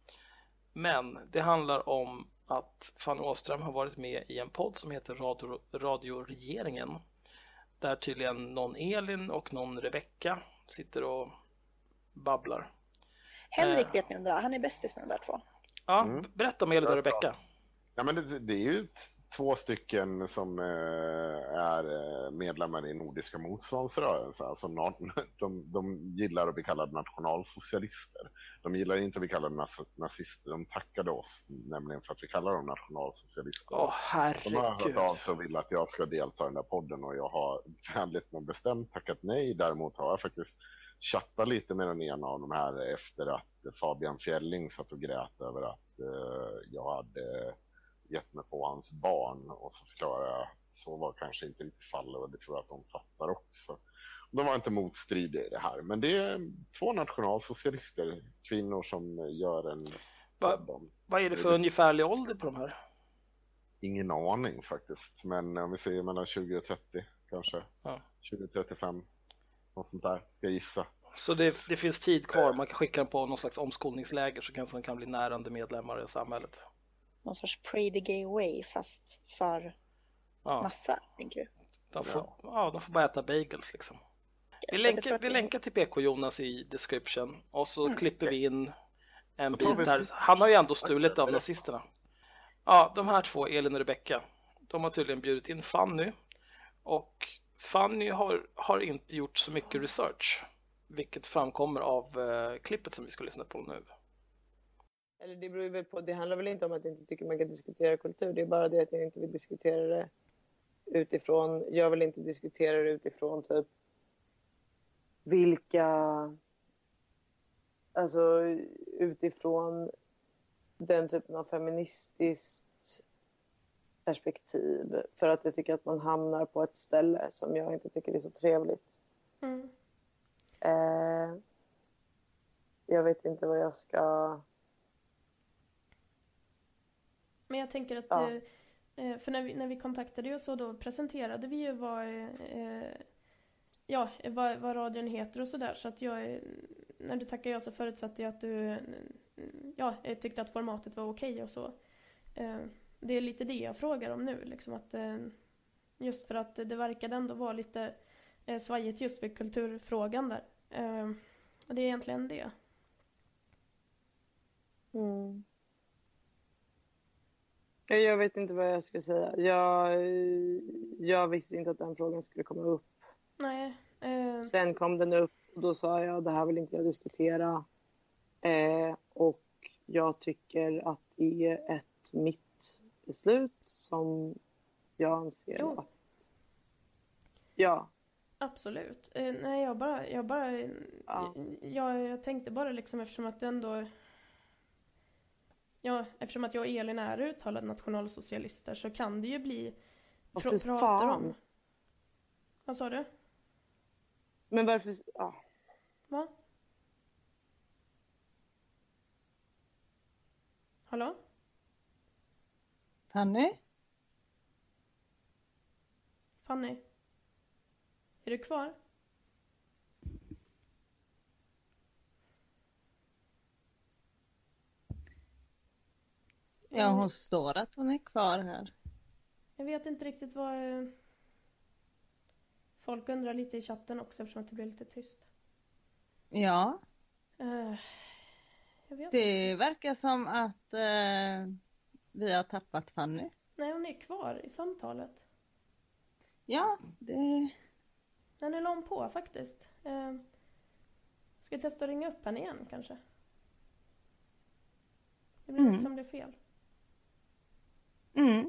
Men det handlar om att Fanny Åström har varit med i en podd som heter Radio, Radio Regeringen. Där tydligen någon Elin och någon Rebecka sitter och babblar. Henrik Eh. vet ni om det där. Han är bästis med de där två. Ja, Mm. berätta om Elin och Rebecka. Ja, men det, det är ju t- två stycken som eh, är eh, medlemmar i Nordiska motståndsrörelsen. Alltså, na- de, de gillar att bli kallade nationalsocialister. De gillar inte att bli kallade nas- nazister. De tackade oss nämligen för att vi kallar dem nationalsocialister. Åh, De har hört herregud. av sig och vill att jag ska delta i den där podden och jag har vänligt men bestämt tackat nej. Däremot har jag faktiskt chattat lite med den ena av de här efter att Fabian Fjälling satt och grät över att eh, jag hade gett mig på hans barn, och så förklarar jag att så var kanske inte riktigt fallet och det tror jag att de fattar också. De var inte motstridiga i det här, men det är två nationalsocialister, kvinnor som gör en Va- podd om. Vad är det för ungefärlig ålder på de här? Ingen aning faktiskt, men om vi säger mellan tjugo och trettio kanske. Ja. tjugo till trettiofem, något sånt där, ska jag gissa. Så det, det finns tid kvar, man kan skicka dem på någon slags omskolningsläger så kanske de kan bli närande medlemmar i samhället. Någon sorts pray the gay away fast för Ja, massa, tänker du. de får, ja, de får bara äta bagels liksom. Vi Så jag länkar, tror att vi det- länkar till P K Jonas i description och så Mm. klipper vi in en Då tar bit vi- här. Han har ju ändå stulit av nazisterna. Ja, de här två, Elin och Rebecka, de har tydligen bjudit in Fanny. Och Fanny har, har inte gjort så mycket research, vilket framkommer av eh, klippet som vi ska lyssna på nu. Eller det beror ju väl på, det handlar väl inte om att jag inte tycker man kan diskutera kultur. Det är bara det att jag inte vill diskutera det utifrån, jag vill inte diskutera det utifrån typ vilka, alltså utifrån den typen av feministiskt perspektiv. För att jag tycker att man hamnar på ett ställe som jag inte tycker är så trevligt. Mm. Eh, jag vet inte vad jag ska... Men jag tänker att, Ja. eh, för när vi, när vi kontaktade och så, då presenterade vi ju vad, eh, ja, vad, vad radion heter och sådär. Så att jag, när du tackar ja så förutsatte jag att du ja, jag tyckte att formatet var okej och så. Eh, det är lite det jag frågar om nu. Liksom att, eh, just för att det verkade ändå vara lite eh, svajigt just för kulturfrågan där. Eh, och det är egentligen det. Mm. Jag vet inte vad jag ska säga. Jag, jag visste inte att den frågan skulle komma upp. Nej. Eh... Sen kom den upp och då sa jag det här vill inte jag diskutera. Eh, och jag tycker att det är ett mitt beslut som jag anser Jo. att... Ja. Absolut. Eh, nej, jag bara... Jag, bara Ja. jag, jag tänkte bara liksom eftersom att det ändå... Ja, eftersom att jag och Elin är uttalade nationalsocialister så kan det ju bli Och pr- för pratar fan. om. Vad sa du? Men varför... Ja. Va? Hallå? Fanny? Fanny? Är du kvar? Ja, hon står att hon är kvar här. Jag vet inte riktigt vad... eh, Folk undrar lite i chatten också eftersom att det blir lite tyst. Ja, Eh, jag vet. det verkar som att eh, vi har tappat Fanny. Nej, hon är kvar i samtalet. Ja, det... Den är lång på faktiskt. Eh, ska jag testa att ringa upp henne igen kanske? Det blir Mm. något som blir fel. Mm.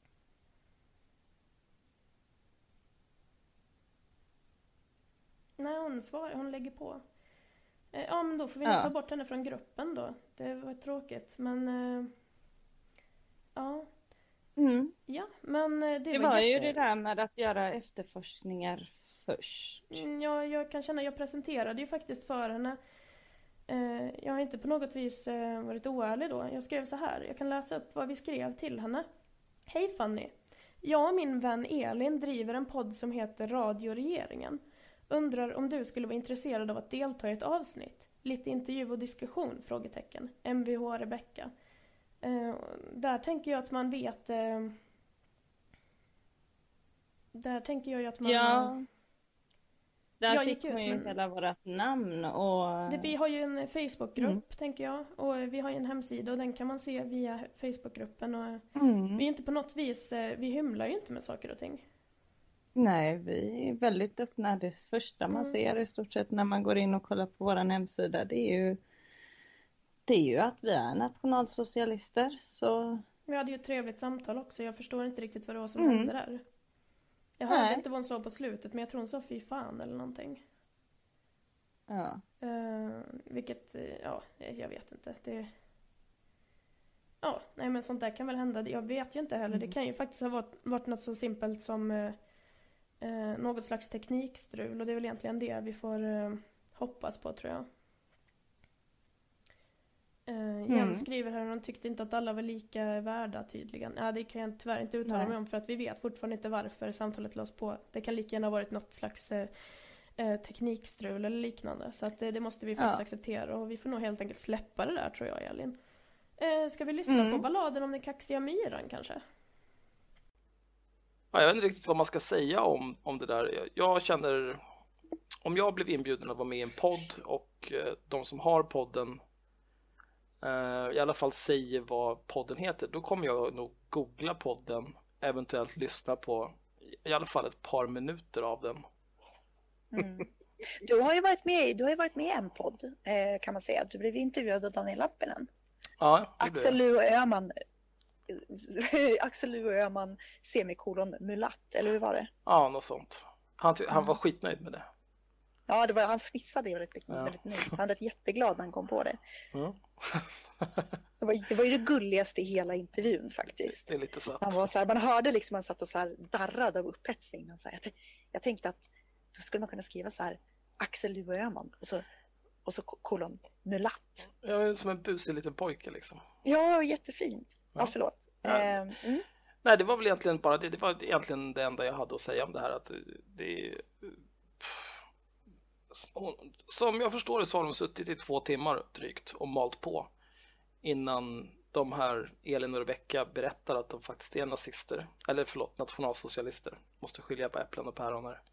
Nej, hon svarar, hon lägger på. Eh, ja, men då får vi nog Ja. ta bort henne från gruppen då. Det var tråkigt, men... Eh, ja. Mm. Ja, men eh, det, Det var ju det där med att göra efterforskningar först. Mm, jag, jag kan känna, jag presenterade ju faktiskt för henne. Eh, jag har inte på något vis eh, varit oärlig då. Jag skrev så här, jag kan läsa upp vad vi skrev till henne. Hej Fanny! Jag och min vän Elin driver en podd som heter Radio Regeringen. Undrar om du skulle vara intresserad av att delta i ett avsnitt. Lite intervju och diskussion? Frågetecken. M V H Rebecka. Eh, där tänker jag att man vet... Eh, där tänker jag ju att man... Ja. Där Jag fick gick ut hon ju med- hela vårat namn och... Det, vi har ju en Facebookgrupp, Mm. tänker jag. Och vi har ju en hemsida och den kan man se via Facebookgruppen. Och Mm. vi är inte på något vis... eh, Vi hymlar ju inte med saker och ting. Nej, vi är väldigt öppna. Det första man Mm. ser i stort sett när man går in och kollar på vår hemsida, det är ju det är ju att vi är nationalsocialister. Så Vi hade ju ett trevligt samtal också. Jag förstår inte riktigt vad det var som Mm. hände där. Jag hörde Nej. inte vad hon sa på slutet, men jag tror hon sa fy fan eller någonting. ja. Uh, vilket, eh, ja, jag vet inte. Det... Ja, nej men sånt där kan väl hända. Jag vet ju inte heller. Det kan ju faktiskt ha varit, varit något så simpelt som eh, eh, något slags teknikstrul. Och det är väl egentligen det vi får eh, hoppas på, tror jag. Uh, Jens Mm. skriver här att hon tyckte inte att alla var lika värda tydligen. Ja, det kan jag tyvärr inte uttala Nej. mig om för att vi vet fortfarande inte varför samtalet lades på. Det kan lika gärna ha varit något slags eh, eh, teknikstrul eller liknande. Så att, eh, det måste vi faktiskt Ja. acceptera och vi får nog helt enkelt släppa det där, tror jag, Elin. Eh, ska vi lyssna Mm. på balladen om den kaxiga myran kanske? Ja, jag vet inte riktigt vad man ska säga om, om det där. Jag, jag känner, om jag blev inbjuden att vara med i en podd och eh, de som har podden eh, i alla fall säger vad podden heter, då kommer jag nog googla podden, eventuellt lyssna på i alla fall ett par minuter av den. Mm. Du har ju varit med, i- du har ju varit med i en podd, eh, kan man säga. Du blev intervjuad av Daniel Lappinen. Ja, det blir Axel det. Luo Öhman, Axel Luo Öhman semikolon mulatt, eller hur var det? Ja, något sånt. Han, ty- han var skitnöjd med det. Ja, det var, han fnissade väldigt, Ja. väldigt nöjd. Han var jätteglad när han kom på det. Mm. Det var, det var ju det gulligaste i hela intervjun faktiskt. Det är lite satt. Han var så här, man hörde liksom, han satt och så här darrade av upphetsning. Han så här, jag, t- jag tänkte att då skulle man kunna skriva så här, Axel Luo Öhman och så, och så kolon mulatt. Jag är som en busig liten pojke liksom. Ja, jättefint. Ja, Ja. förlåt. Ja. Ehm, mm. Nej, det var väl egentligen bara det. Det var egentligen det enda jag hade att säga om det här. Att det, som jag förstår det så har de suttit i två timmar drygt och malt på. innan de här Elin och Rebecca berättar att de faktiskt är nazister. Eller förlåt, nationalsocialister. Måste skilja på äpplen och päron här.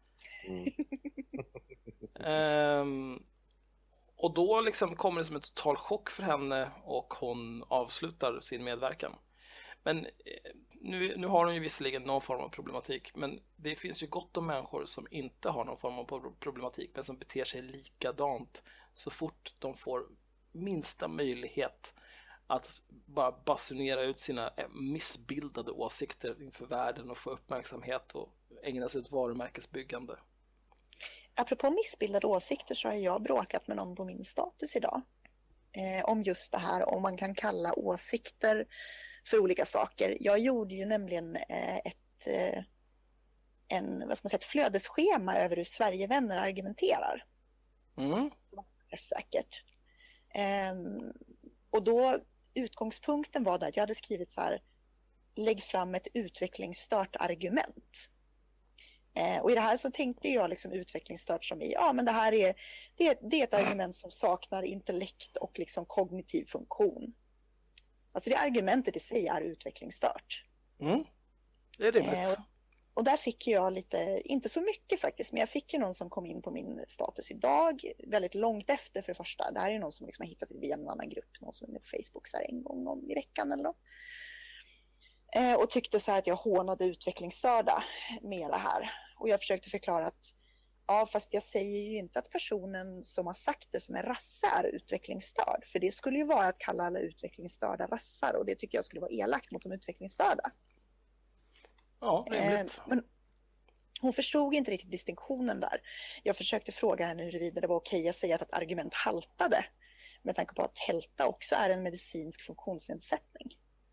Mm. um, och då liksom kommer det som en total chock för henne och hon avslutar sin medverkan. Men nu, nu har hon ju visserligen någon form av problematik, men det finns ju gott om människor som inte har någon form av problematik men som beter sig likadant så fort de får minsta möjlighet att bara basunera ut sina missbildade åsikter inför världen och få uppmärksamhet och ägna sig åt varumärkesbyggande. Apropå missbildade åsikter så har jag bråkat med någon på min status idag eh, om just det här, om man kan kalla åsikter för olika saker. Jag gjorde ju nämligen eh, ett, eh, en, vad ska man säga, ett flödesschema över hur Sverigevänner argumenterar. Mm. Som är säkert. Eh, och då utgångspunkten var där att jag hade skrivit så här: lägg fram ett utvecklingsstört argument. Eh, och i det här så tänkte jag liksom utvecklingsstört som i, ja men det här är, det är, det är ett argument som saknar intellekt och liksom kognitiv funktion. Alltså det argumentet i sig är utvecklingsstört. Mm. Det är rimligt. Eh, och, och där fick jag lite, inte så mycket faktiskt, men jag fick ju någon som kom in på min status idag, väldigt långt efter för det första. Det här är någon som liksom har hittat via en annan grupp, någon som är med på Facebook så här en gång om i veckan eller något. Eh, och tyckte så här att jag hånade utvecklingsstörda med det här. Och jag försökte förklara att ja, fast jag säger ju inte att personen som har sagt det som är rasse är utvecklingsstörd. För det skulle ju vara att kalla alla utvecklingsstörda rassar. Och det tycker jag skulle vara elakt mot de utvecklingsstörda. Ja, rimligt. Eh, men hon förstod inte riktigt distinktionen där. Jag försökte fråga henne huruvida det var okej att säga att ett argument haltade. Med tanke på att hälta också är en medicinsk funktionsnedsättning.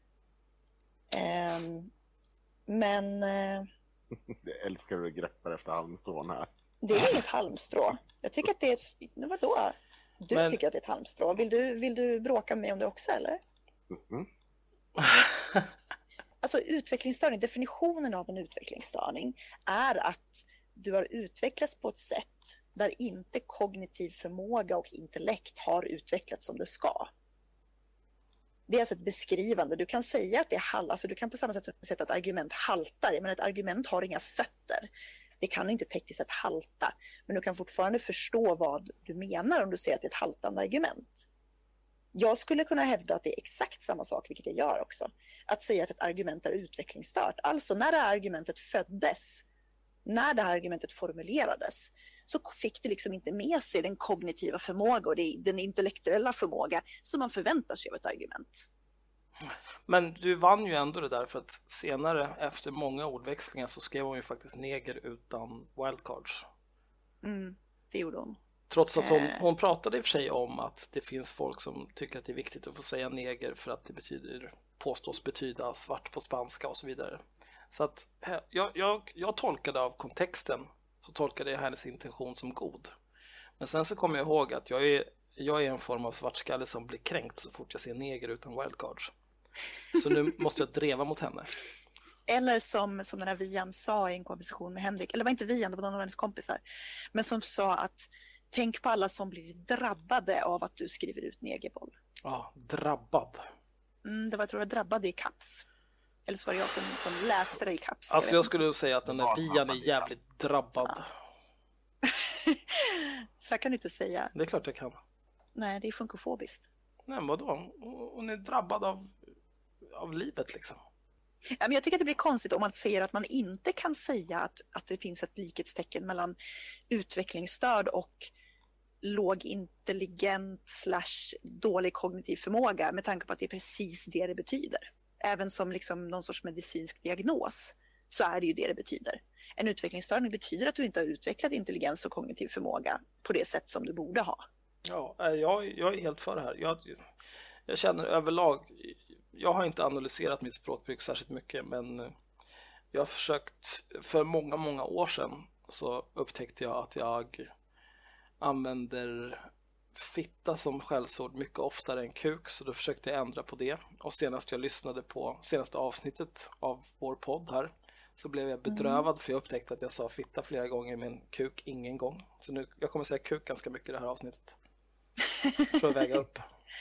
Eh, men... Eh, Jag älskar hur du greppar efter halmstrån här. Det är inget halmstrå. Jag tycker att det är ett... Vadå? Du Men... tycker att det är ett halmstrå. Vill du, vill du bråka med mig om det också, eller? Mm. Alltså utvecklingsstörning, definitionen av en utvecklingsstörning är att du har utvecklats på ett sätt där inte kognitiv förmåga och intellekt har utvecklats som det ska. Det är alltså ett beskrivande. Du kan säga att det är hal- alltså du kan på samma sätt säga att ett argument haltar, men ett argument har inga fötter. Det kan inte tekniskt sett halta, men du kan fortfarande förstå vad du menar om du säger att det är ett haltande argument. Jag skulle kunna hävda att det är exakt samma sak, vilket jag gör också. Att säga att ett argument är utvecklingsstört. Alltså när det här argumentet föddes, när det här argumentet formulerades, så fick det liksom inte med sig den kognitiva förmåga och den intellektuella förmåga som man förväntar sig av ett argument. Men du vann ju ändå det där, för att senare efter många ordväxlingar så skrev hon ju faktiskt neger utan wildcards. Mm, det gjorde hon. Trots att hon, hon pratade i och för sig om att det finns folk som tycker att det är viktigt att få säga neger för att det betyder, påstås betyda svart på spanska och så vidare. Så att jag, jag, jag tolkade av kontexten, så tolkade jag hennes intention som god. Men sen så kommer jag ihåg att jag är, jag är en form av svartskalle som blir kränkt så fort jag ser neger utan wildcards. Så nu måste jag dreva mot henne. Eller som, som den här Vian sa i en konversation med Henrik, eller var inte Vian, det var någon av hennes kompisar, men som sa att tänk på alla som blir drabbade av att du skriver ut negerboll. Ja, drabbad. Mm, det var, jag tror jag drabbade i kaps. Eller så var det jag som, som läste det i kaps. Alltså jag skulle säga att den där Vian är jävligt drabbad. Ja. Så här kan du inte säga. Det är klart jag kan. Nej, det är funkofobiskt. Nej, vadå? Hon är drabbad av, av livet liksom. Ja, men jag tycker att det blir konstigt om man säger att man inte kan säga att, att det finns ett likhetstecken mellan utvecklingsstörd och låg intelligent slash dålig kognitiv förmåga, med tanke på att det är precis det det betyder. Även som liksom någon sorts medicinsk diagnos så är det ju det det betyder. En utvecklingsstörning betyder att du inte har utvecklat intelligens och kognitiv förmåga på det sätt som du borde ha. Ja, jag, jag är helt för det här. Jag, jag känner överlag, jag har inte analyserat mitt språkbruk särskilt mycket, men jag har försökt, för många, många år sedan så upptäckte jag att jag använder fitta som skällsord mycket oftare än kuk, så då försökte jag ändra på det. Och senast jag lyssnade på senaste avsnittet av vår podd här så blev jag bedrövad mm. för jag upptäckte att jag sa fitta flera gånger men kuk ingen gång. Så nu, jag kommer säga kuk ganska mycket i det här avsnittet för att väga upp.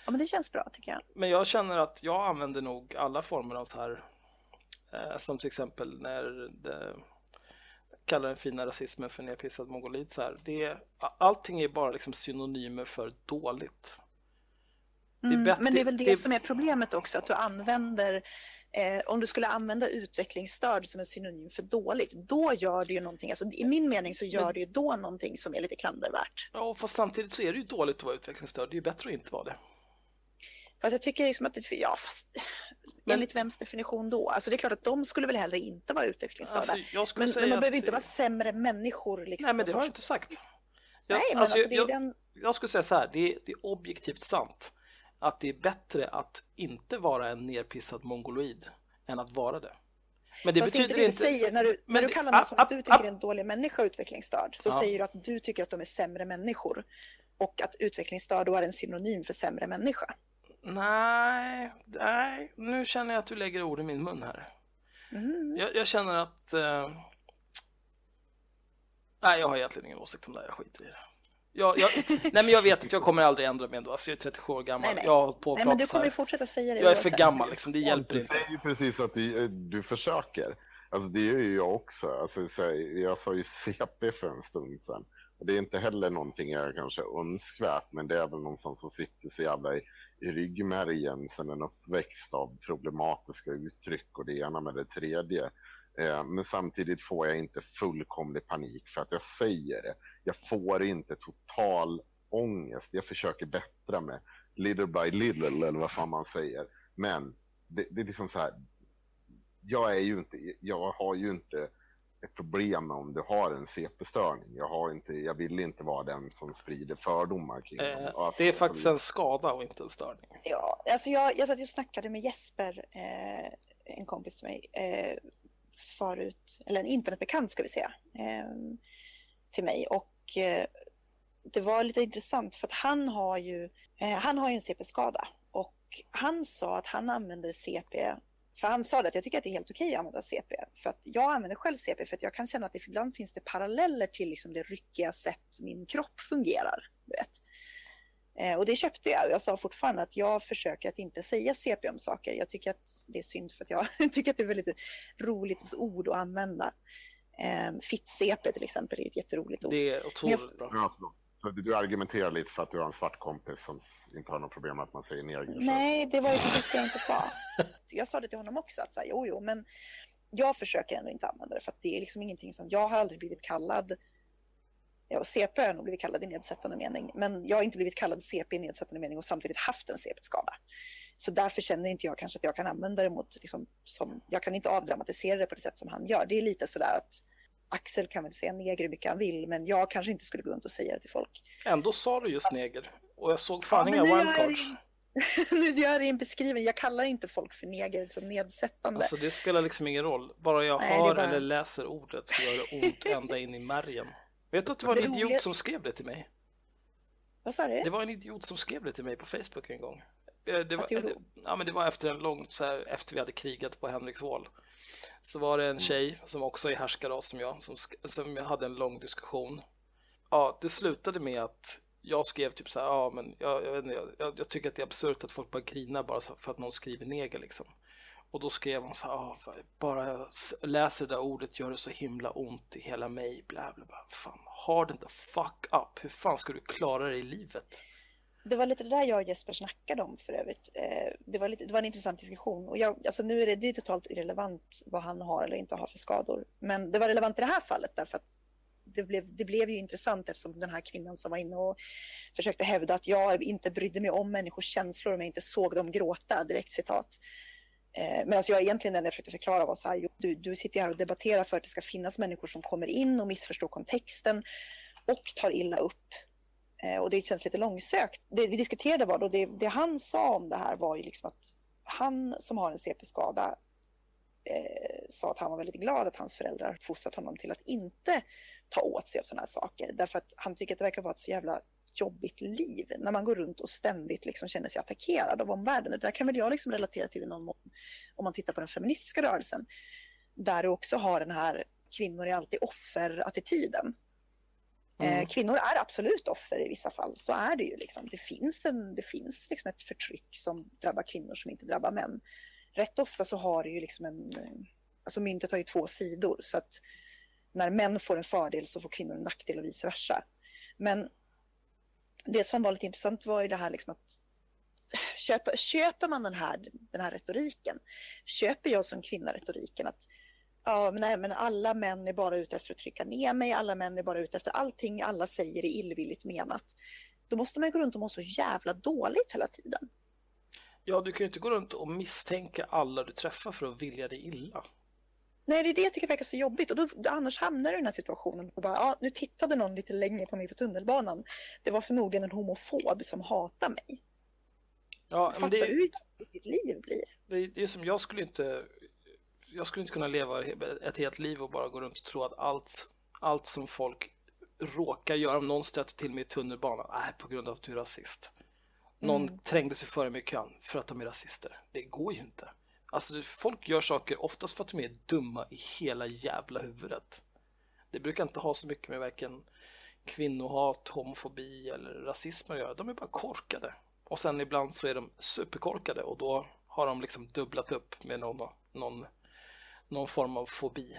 Ja, men det känns bra tycker jag. Men jag känner att jag använder nog alla former av så här, eh, som till exempel när det kallar den fina rasismen för nerpissad mongolid så här. Det, allting är bara liksom synonymer för dåligt. Det är Mm, bättre, men det är väl det, det som är problemet också, att du använder, eh, om du skulle använda utvecklingsstörd som en synonym för dåligt, då gör det ju någonting, alltså i min mening så gör Men, det ju då någonting som är lite klandervärt. Ja, fast samtidigt så är det ju dåligt att vara utvecklingsstörd, det är ju bättre att inte vara det. Fast jag tycker liksom att det, ja fast Men, enligt vems definition då? Alltså det är klart att de skulle väl hellre inte vara utvecklingsstörda. alltså, jag skulle men, säga men de att, behöver inte vara sämre människor. Liksom, nej, men det på har sorts- jag inte sagt. Jag, Nej, men alltså, alltså, det är jag, den... jag skulle säga så här, det är, det är objektivt sant att det är bättre att inte vara en nerpissad mongoloid än att vara det. Men det Fast betyder inte det inte... du säger, när du, men när du det- kallar någon app, som att du app, tycker app. är en dålig människa utvecklingsstörd, så Ja. säger du att du tycker att de är sämre människor. Och att utvecklingsstörd då är en synonym för sämre människa. Nej, nej, nu känner jag att du lägger ord i min mun här. Mm. Jag, jag känner att... Eh... Nej, jag har egentligen ingen åsikt om det här, jag skiter i det. Jag, jag, nej, men jag vet inte, jag kommer aldrig ändra mig ändå. Alltså, jag är trettiosju år gammal, Nej, nej. jag har hållit på och Nej, men du pratat så kommer ju här. fortsätta säga det. Jag är för oavsett. gammal, liksom, det hjälper Du inte. säger ju precis att du, du försöker. Alltså det gör ju jag också. Alltså, så här, jag sa ju C P för en stund sedan. Och det är inte heller någonting jag kanske önskvärt, men det är väl någonstans som sitter så jävla i, i ryggmärgen sen en uppväxt av problematiska uttryck och det ena med det tredje. Eh, men samtidigt får jag inte fullkomlig panik för att jag säger det. Jag får inte total ångest. Jag försöker bättra mig little by little eller vad fan man säger. Men det, det är liksom så här. Jag är ju inte, jag har ju inte ett problem med om du har en C P-störning. Jag har inte, jag vill inte vara den som sprider fördomar kring Eh, alltså, det är faktiskt en skada och inte en störning. Ja, alltså jag, jag satt och snackade med Jesper, eh, en kompis till mig, eh, förut, eller en internetbekant ska vi säga, eh, till mig. Och eh, det var lite intressant för att han har ju, eh, han har ju en C P-skada. Och han sa att han använder C P, för han sa det att jag tycker att det är helt okej att använda C P. För att jag använder själv C P för att jag kan känna att det ibland finns det paralleller till liksom det ryckiga sätt min kropp fungerar. Du vet. Eh, och det köpte jag. Jag sa fortfarande att jag försöker att inte säga C P om saker. Jag tycker att det är synd för att jag tycker att det är väldigt roligt ord att använda. Eh, Fitt-C P till exempel är ett jätteroligt ord. Det är otroligt Men bra. Ja, förlåt. Så du argumenterar lite för att du har en svart kompis som inte har något problem med att man säger neger. Nej, det var ju precis det jag inte sa. Jag sa det till honom också, att säga, jo, jo, men jag försöker ändå inte använda det för att det är liksom ingenting som, jag har aldrig blivit kallad, ja, och C P har jag nog blivit kallad i nedsättande mening, men jag har inte blivit kallad C P i nedsättande mening och samtidigt haft en C P-skada. Så därför känner inte jag kanske att jag kan använda det mot, liksom, som, jag kan inte avdramatisera det på det sätt som han gör. Det är lite sådär att Axel kan väl säga neger hur mycket han vill, men jag kanske inte skulle gå runt och säga det till folk. Ändå sa du just neger. Och jag såg fan Ja, inga men nu wildcards. gör nu gör det en beskrivning. Jag kallar inte folk för neger som nedsättande. Alltså det spelar liksom ingen roll. Bara jag Nej, det är hör bara- eller läser ordet så gör det ont ända in i märgen. Vet du att det var en Det idiot roliga- som skrev det till mig? Vad sa du? Det var en idiot som skrev det till mig på Facebook en gång. Eh, Det var, Att det gjorde det, ja, men det var efter en lång, så här, efter vi hade krigat på Henriksvål. Så var det en tjej som också är härskaras som jag, som, sk- som jag hade en lång diskussion. Ja, det slutade med att jag skrev typ så här, ja men jag, jag, vet inte, jag, jag tycker att det är absurt att folk bara grinar bara så- för att någon skriver neger liksom. Och då skrev hon så här, ah, bara jag s- läser det där ordet gör det så himla ont i hela mig, bla bla bla. Fan, har det inte fuck up, hur fan ska du klara dig i livet? Det var lite det där jag och Jesper snackade om för övrigt. Eh, Det var, lite, det var en intressant diskussion. Och jag, alltså nu är det, det är totalt irrelevant vad han har eller inte har för skador. Men det var relevant i det här fallet därför att det blev, det blev ju intressant eftersom den här kvinnan som var inne och försökte hävda att jag inte brydde mig om människors känslor om jag inte såg dem gråta, direkt citat. Eh, Medan jag egentligen den jag försökte förklara var så här, du, du sitter här och debatterar för att det ska finnas människor som kommer in och missförstår kontexten och tar illa upp. Eh, Och det känns lite långsökt. Det vi diskuterade var då, det, det han sa om det här var ju liksom att han som har en C P-skada eh, sa att han var väldigt glad att hans föräldrar fostrat honom till att inte ta åt sig av sådana här saker. Därför att han tycker att det verkar vara ett så jävla jobbigt liv när man går runt och ständigt liksom känner sig attackerad av omvärlden. Det där kan väl jag liksom relatera till i någon mån om man tittar på den feministiska rörelsen. Där du också har den här kvinnor är alltid offer-attityden. Eh, Mm. kvinnor är absolut offer i vissa fall, så är det ju liksom. Det finns, en, det finns liksom ett förtryck som drabbar kvinnor som inte drabbar män. Rätt ofta så har det ju liksom en, alltså myntet har ju två sidor, så att när män får en fördel så får kvinnor en nackdel och vice versa. Men det som var lite intressant var ju det här liksom att köper, köper man den här, den här retoriken, köper jag som kvinna retoriken att ja, men nej, men alla män är bara ute efter att trycka ner mig, alla män är bara ute efter allting alla säger är illvilligt menat. Då måste man ju gå runt och må så jävla dåligt hela tiden. Ja, du kan ju inte gå runt och misstänka alla du träffar för att vilja dig illa. Nej, det är det jag tycker verkar så jobbigt. Och då, då annars hamnar du i den här situationen och bara, ja, nu tittade någon lite längre på mig på tunnelbanan. Det var förmodligen en homofob som hatar mig. Ja, men Fattar det, du hur ditt liv blir? det, det är som jag skulle inte jag skulle inte kunna leva ett helt liv och bara gå runt och tro att allt, allt som folk råkar göra, om någon stöter till mig i tunnelbanan, är på grund av att du är rasist. Någon mm. trängde sig före mig i kön för att de är rasister. Det går ju inte. Alltså folk gör saker oftast för att de är dumma i hela jävla huvudet. Det brukar inte ha så mycket med varken kvinnohat, homofobi eller rasism att göra. De är bara korkade. Och sen ibland så är de superkorkade och då har de liksom dubblat upp med någon, någon, någon form av fobi.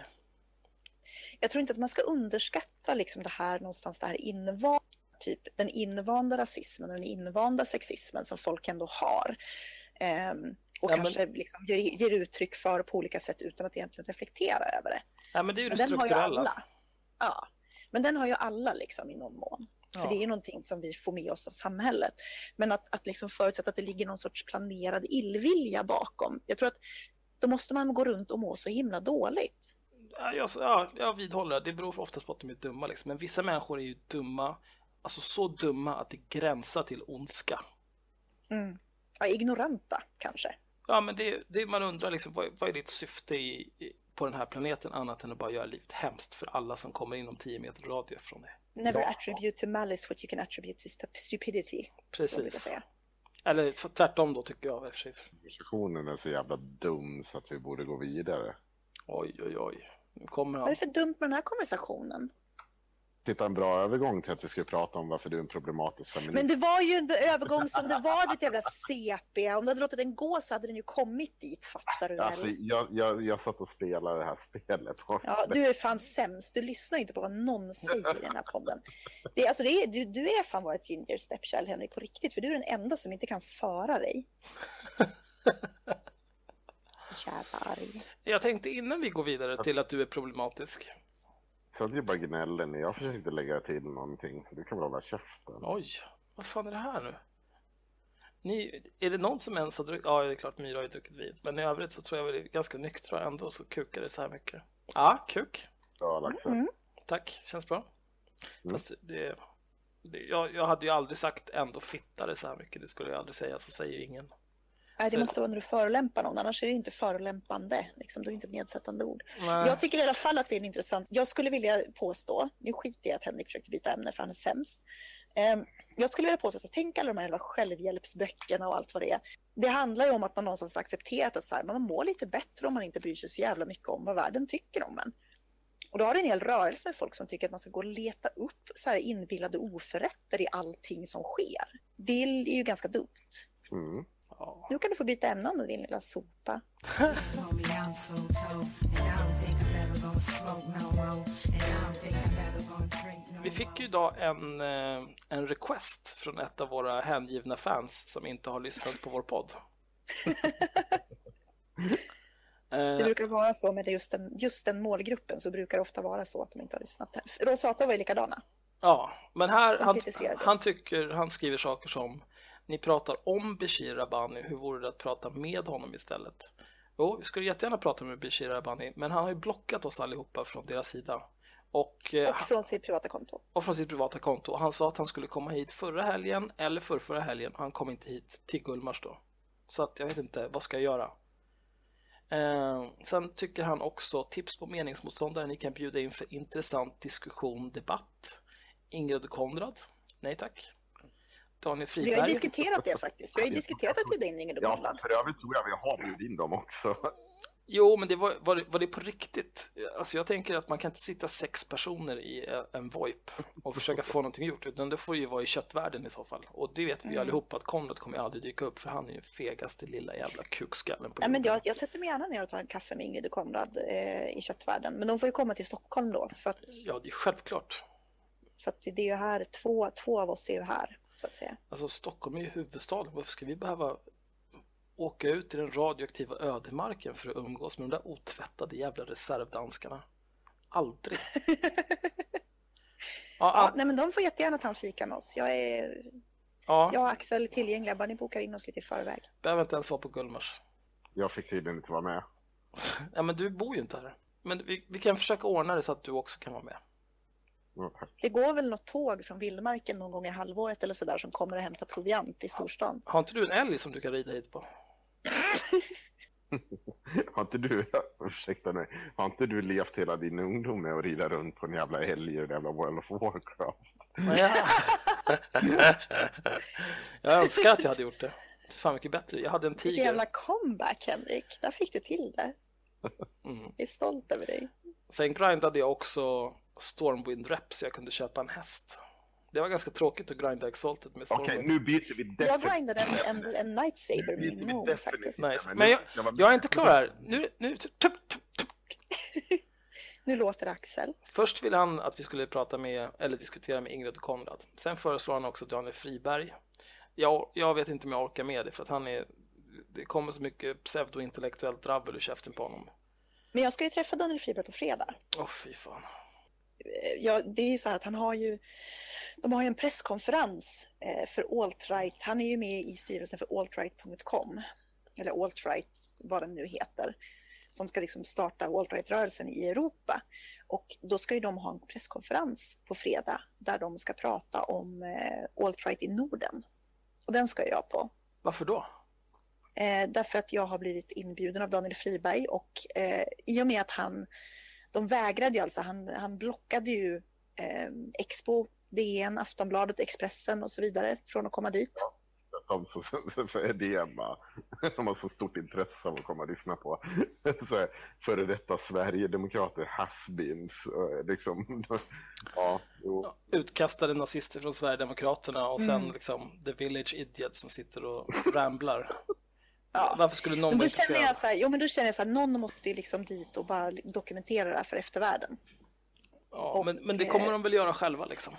Jag tror inte att man ska underskatta liksom det här någonstans, det här invanda, typ den invanda rasismen och den invanda sexismen som folk ändå har. Um, och ja, kanske men... liksom ger, ger uttryck för på olika sätt utan att egentligen reflektera över det. Ja, men det är ju men det strukturella. Alla. Ja, men den har ju alla liksom i någon mån. För ja. Det är någonting som vi får med oss av samhället. Men att, att liksom förutsätta att det ligger någon sorts planerad illvilja bakom. Jag tror att då måste man gå runt och må så himla dåligt. Ja, jag, ja, jag vidhåller. Det beror oftast på att de är dumma. Liksom. Men vissa människor är ju dumma. Alltså så dumma att det gränsar till ondska. Mm. Ja, ignoranta kanske. Ja, men det, det man undrar liksom, vad, vad är ditt syfte i, i, på den här planeten annat än att bara göra livet hemskt för alla som kommer inom tio meter radie från det? Never ja. attribute to malice what you can attribute to stupidity. Precis. Eller för, tvärtom då tycker jag. Konversationen är så jävla dum så att vi borde gå vidare. Oj, oj, oj. Nu kommer han. Vad är det för dumt med den här konversationen? Titta, en bra övergång till att vi skulle prata om varför du är en problematisk feminist. Men det var ju en övergång som det var ditt jävla C P. Om du hade låtit den gå så hade den ju kommit dit, fattar du? Alltså, jag, jag, jag satt och spelade det här spelet. På. Ja, du är fan sämst. Du lyssnar inte på vad någon säger i den här podden. Det är, alltså, det är, du, du är fan vårt ginger stepchild, Henrik, på riktigt. För du är den enda som inte kan föra dig. Så jävla arg. Jag tänkte innan vi går vidare till att du är problematisk. Så det är bara gnällen. Jag försökte lägga till någonting, så du kan väl hålla käften. Oj, vad fan är det här nu? Ni, är det någon som ens har druckit? Ja, det är klart Myra har ju druckit vin. Men i övrigt så tror jag väl det är ganska nyktra ändå, så kukar det så här mycket. Ja, kuk. Ja, Laxa. Mm. Tack, känns bra. Mm. Fast det, det, jag, jag hade ju aldrig sagt ändå fittare så här mycket. Det skulle jag aldrig säga, så säger ingen. Nej, det måste vara när du förolämpar någon, annars är det inte förolämpande. Liksom, det är inte ett nedsättande ord. Nej. Jag tycker i alla fall att det är intressant. Jag skulle vilja påstå, nu skiter jag att Henrik försökte byta ämne för han är sämst. Um, jag skulle vilja påstå att tänk alla de här självhjälpsböckerna och allt vad det är. Det handlar ju om att man någonstans accepterat att så här, man mår lite bättre om man inte bryr sig så jävla mycket om vad världen tycker om en. Och då har det en hel rörelse med folk som tycker att man ska gå och leta upp så här inbillade oförrätter i allting som sker. Det är ju ganska dumt. Mm. Ja. Nu kan du få byta ämne om du vill, lilla sopa. Vi fick ju idag en, en request från ett av våra hängivna fans som inte har lyssnat på vår podd. Det brukar vara så med just den, just den målgruppen, så brukar det ofta vara så att de inte har lyssnat. Rosata var ju likadana. Ja, men här han, han, oss. tycker, han skriver saker som: ni pratar om Bashir Rabbani, hur vore det att prata med honom istället? Jo, vi skulle jättegärna prata med Bashir Rabbani, men han har ju blockat oss allihopa från deras sida. Och, och från sitt privata konto. Och från sitt privata konto. Han sa att han skulle komma hit förra helgen eller för förra helgen. Han kom inte hit till Gullmars då. Så att jag vet inte, vad ska jag göra? Eh, sen tycker han också tips på meningsmotståndare ni kan bjuda in för intressant diskussion, debatt. Ingrid och Konrad. Nej tack. Daniel Friberg. Vi har ju diskuterat det faktiskt. Vi har ju diskuterat att bjuda in Ingrid och Konrad. Ja, för övrigt tror jag vi har bjudit in dem också. Jo, men det var, var, det, var det på riktigt? Alltså jag tänker att man kan inte sitta sex personer i en VoIP och försöka få någonting gjort, utan det får ju vara i köttvärlden i så fall. Och det vet vi ju Mm. allihop att Konrad kommer aldrig dyka upp, för han är ju fegaste lilla jävla kukskallen på Nej, men jorden. jag, jag sätter mig gärna ner och tar en kaffe med Ingrid och Konrad eh, i köttvärlden. Men de får ju komma till Stockholm då. För att, Ja, det är självklart. för att det är ju här, två, två av oss är ju här, så att säga. Alltså Stockholm är ju huvudstaden. Varför ska vi behöva åka ut till den radioaktiva ödemarken för att umgås med de där otvättade jävla reservdanskarna? Aldrig. Ja, Ja, ja, nej, men de får jättegärna ta en fika med oss. Jag, är, ja. jag och Axel är tillgängliga, bara ni bokar in oss lite i förväg. Behöver inte ens vara på Gullmars. Jag fick tydligen inte vara med. Ja, men du bor ju inte här. Men vi, vi kan försöka ordna det så att du också kan vara med. Ja, tack. Det går väl något tåg från Vildmarken någon gång i halvåret eller sådär som kommer att hämta proviant i storstan. Har inte du en älg som du kan rida hit på? Har inte du, ursäkta mig, har inte du levt hela din ungdom med att rida runt på en jävla älg i en jävla World of Warcraft? Ja. Jag önskar att jag hade gjort det. Fan mycket bättre. Jag hade en Vilken tiger. jävla comeback, Henrik. Där fick du till det. Mm. Jag är stolt över dig. Sen grindade jag också Stormwind Rep så jag kunde köpa en häst. Det var ganska tråkigt att grinda Exalted med Okej, Stormwind. nu byter vi Jag definitivt. grindade en, en, en Night Saber byter med vi Gnome definitivt. faktiskt. Nice. Men Men nu- jag, var- jag är inte klar här. Nu, nu, tup, tup, tup. Nu låter Axel. Först ville han att vi skulle prata med, eller diskutera med Ingrid och Konrad. Sen föreslår han också Daniel Friberg. Jag, jag vet inte om jag orkar med det, för att han är, det kommer så mycket pseudointellektuellt drabbel ur käften på honom. Men jag ska ju träffa Daniel Friberg på fredag. Åh, fy fan. Ja, det är så här att han har ju, de har ju en presskonferens eh, för alt-right. Han är ju med i styrelsen för altright punkt com, eller alt-right, vad den nu heter, som ska liksom starta alt-right-rörelsen i Europa. Och då ska ju de ha en presskonferens på fredag där de ska prata om eh, alt-right i Norden. Och den ska jag på. Varför då? Eh, därför att jag har blivit inbjuden av Daniel Friberg och eh, i och med att han, de vägrade ju alltså, han, han blockade ju eh, Expo, D N, Aftonbladet, Expressen och så vidare från att komma dit. De som för D M, de har så stort intresse av att komma och lyssna på så här, före detta Sverigedemokrater, has-beens, liksom. Ja, jo. Utkastade nazister från Sverigedemokraterna och sen Mm. liksom The Village Idiot som sitter och ramblar. Ja. Varför skulle någon Men vara då känner jag intresserad? så här, jo men då känner jag så här, någon måste ju liksom dit och bara dokumentera det här för eftervärlden. Ja, men, men det kommer de väl göra själva liksom.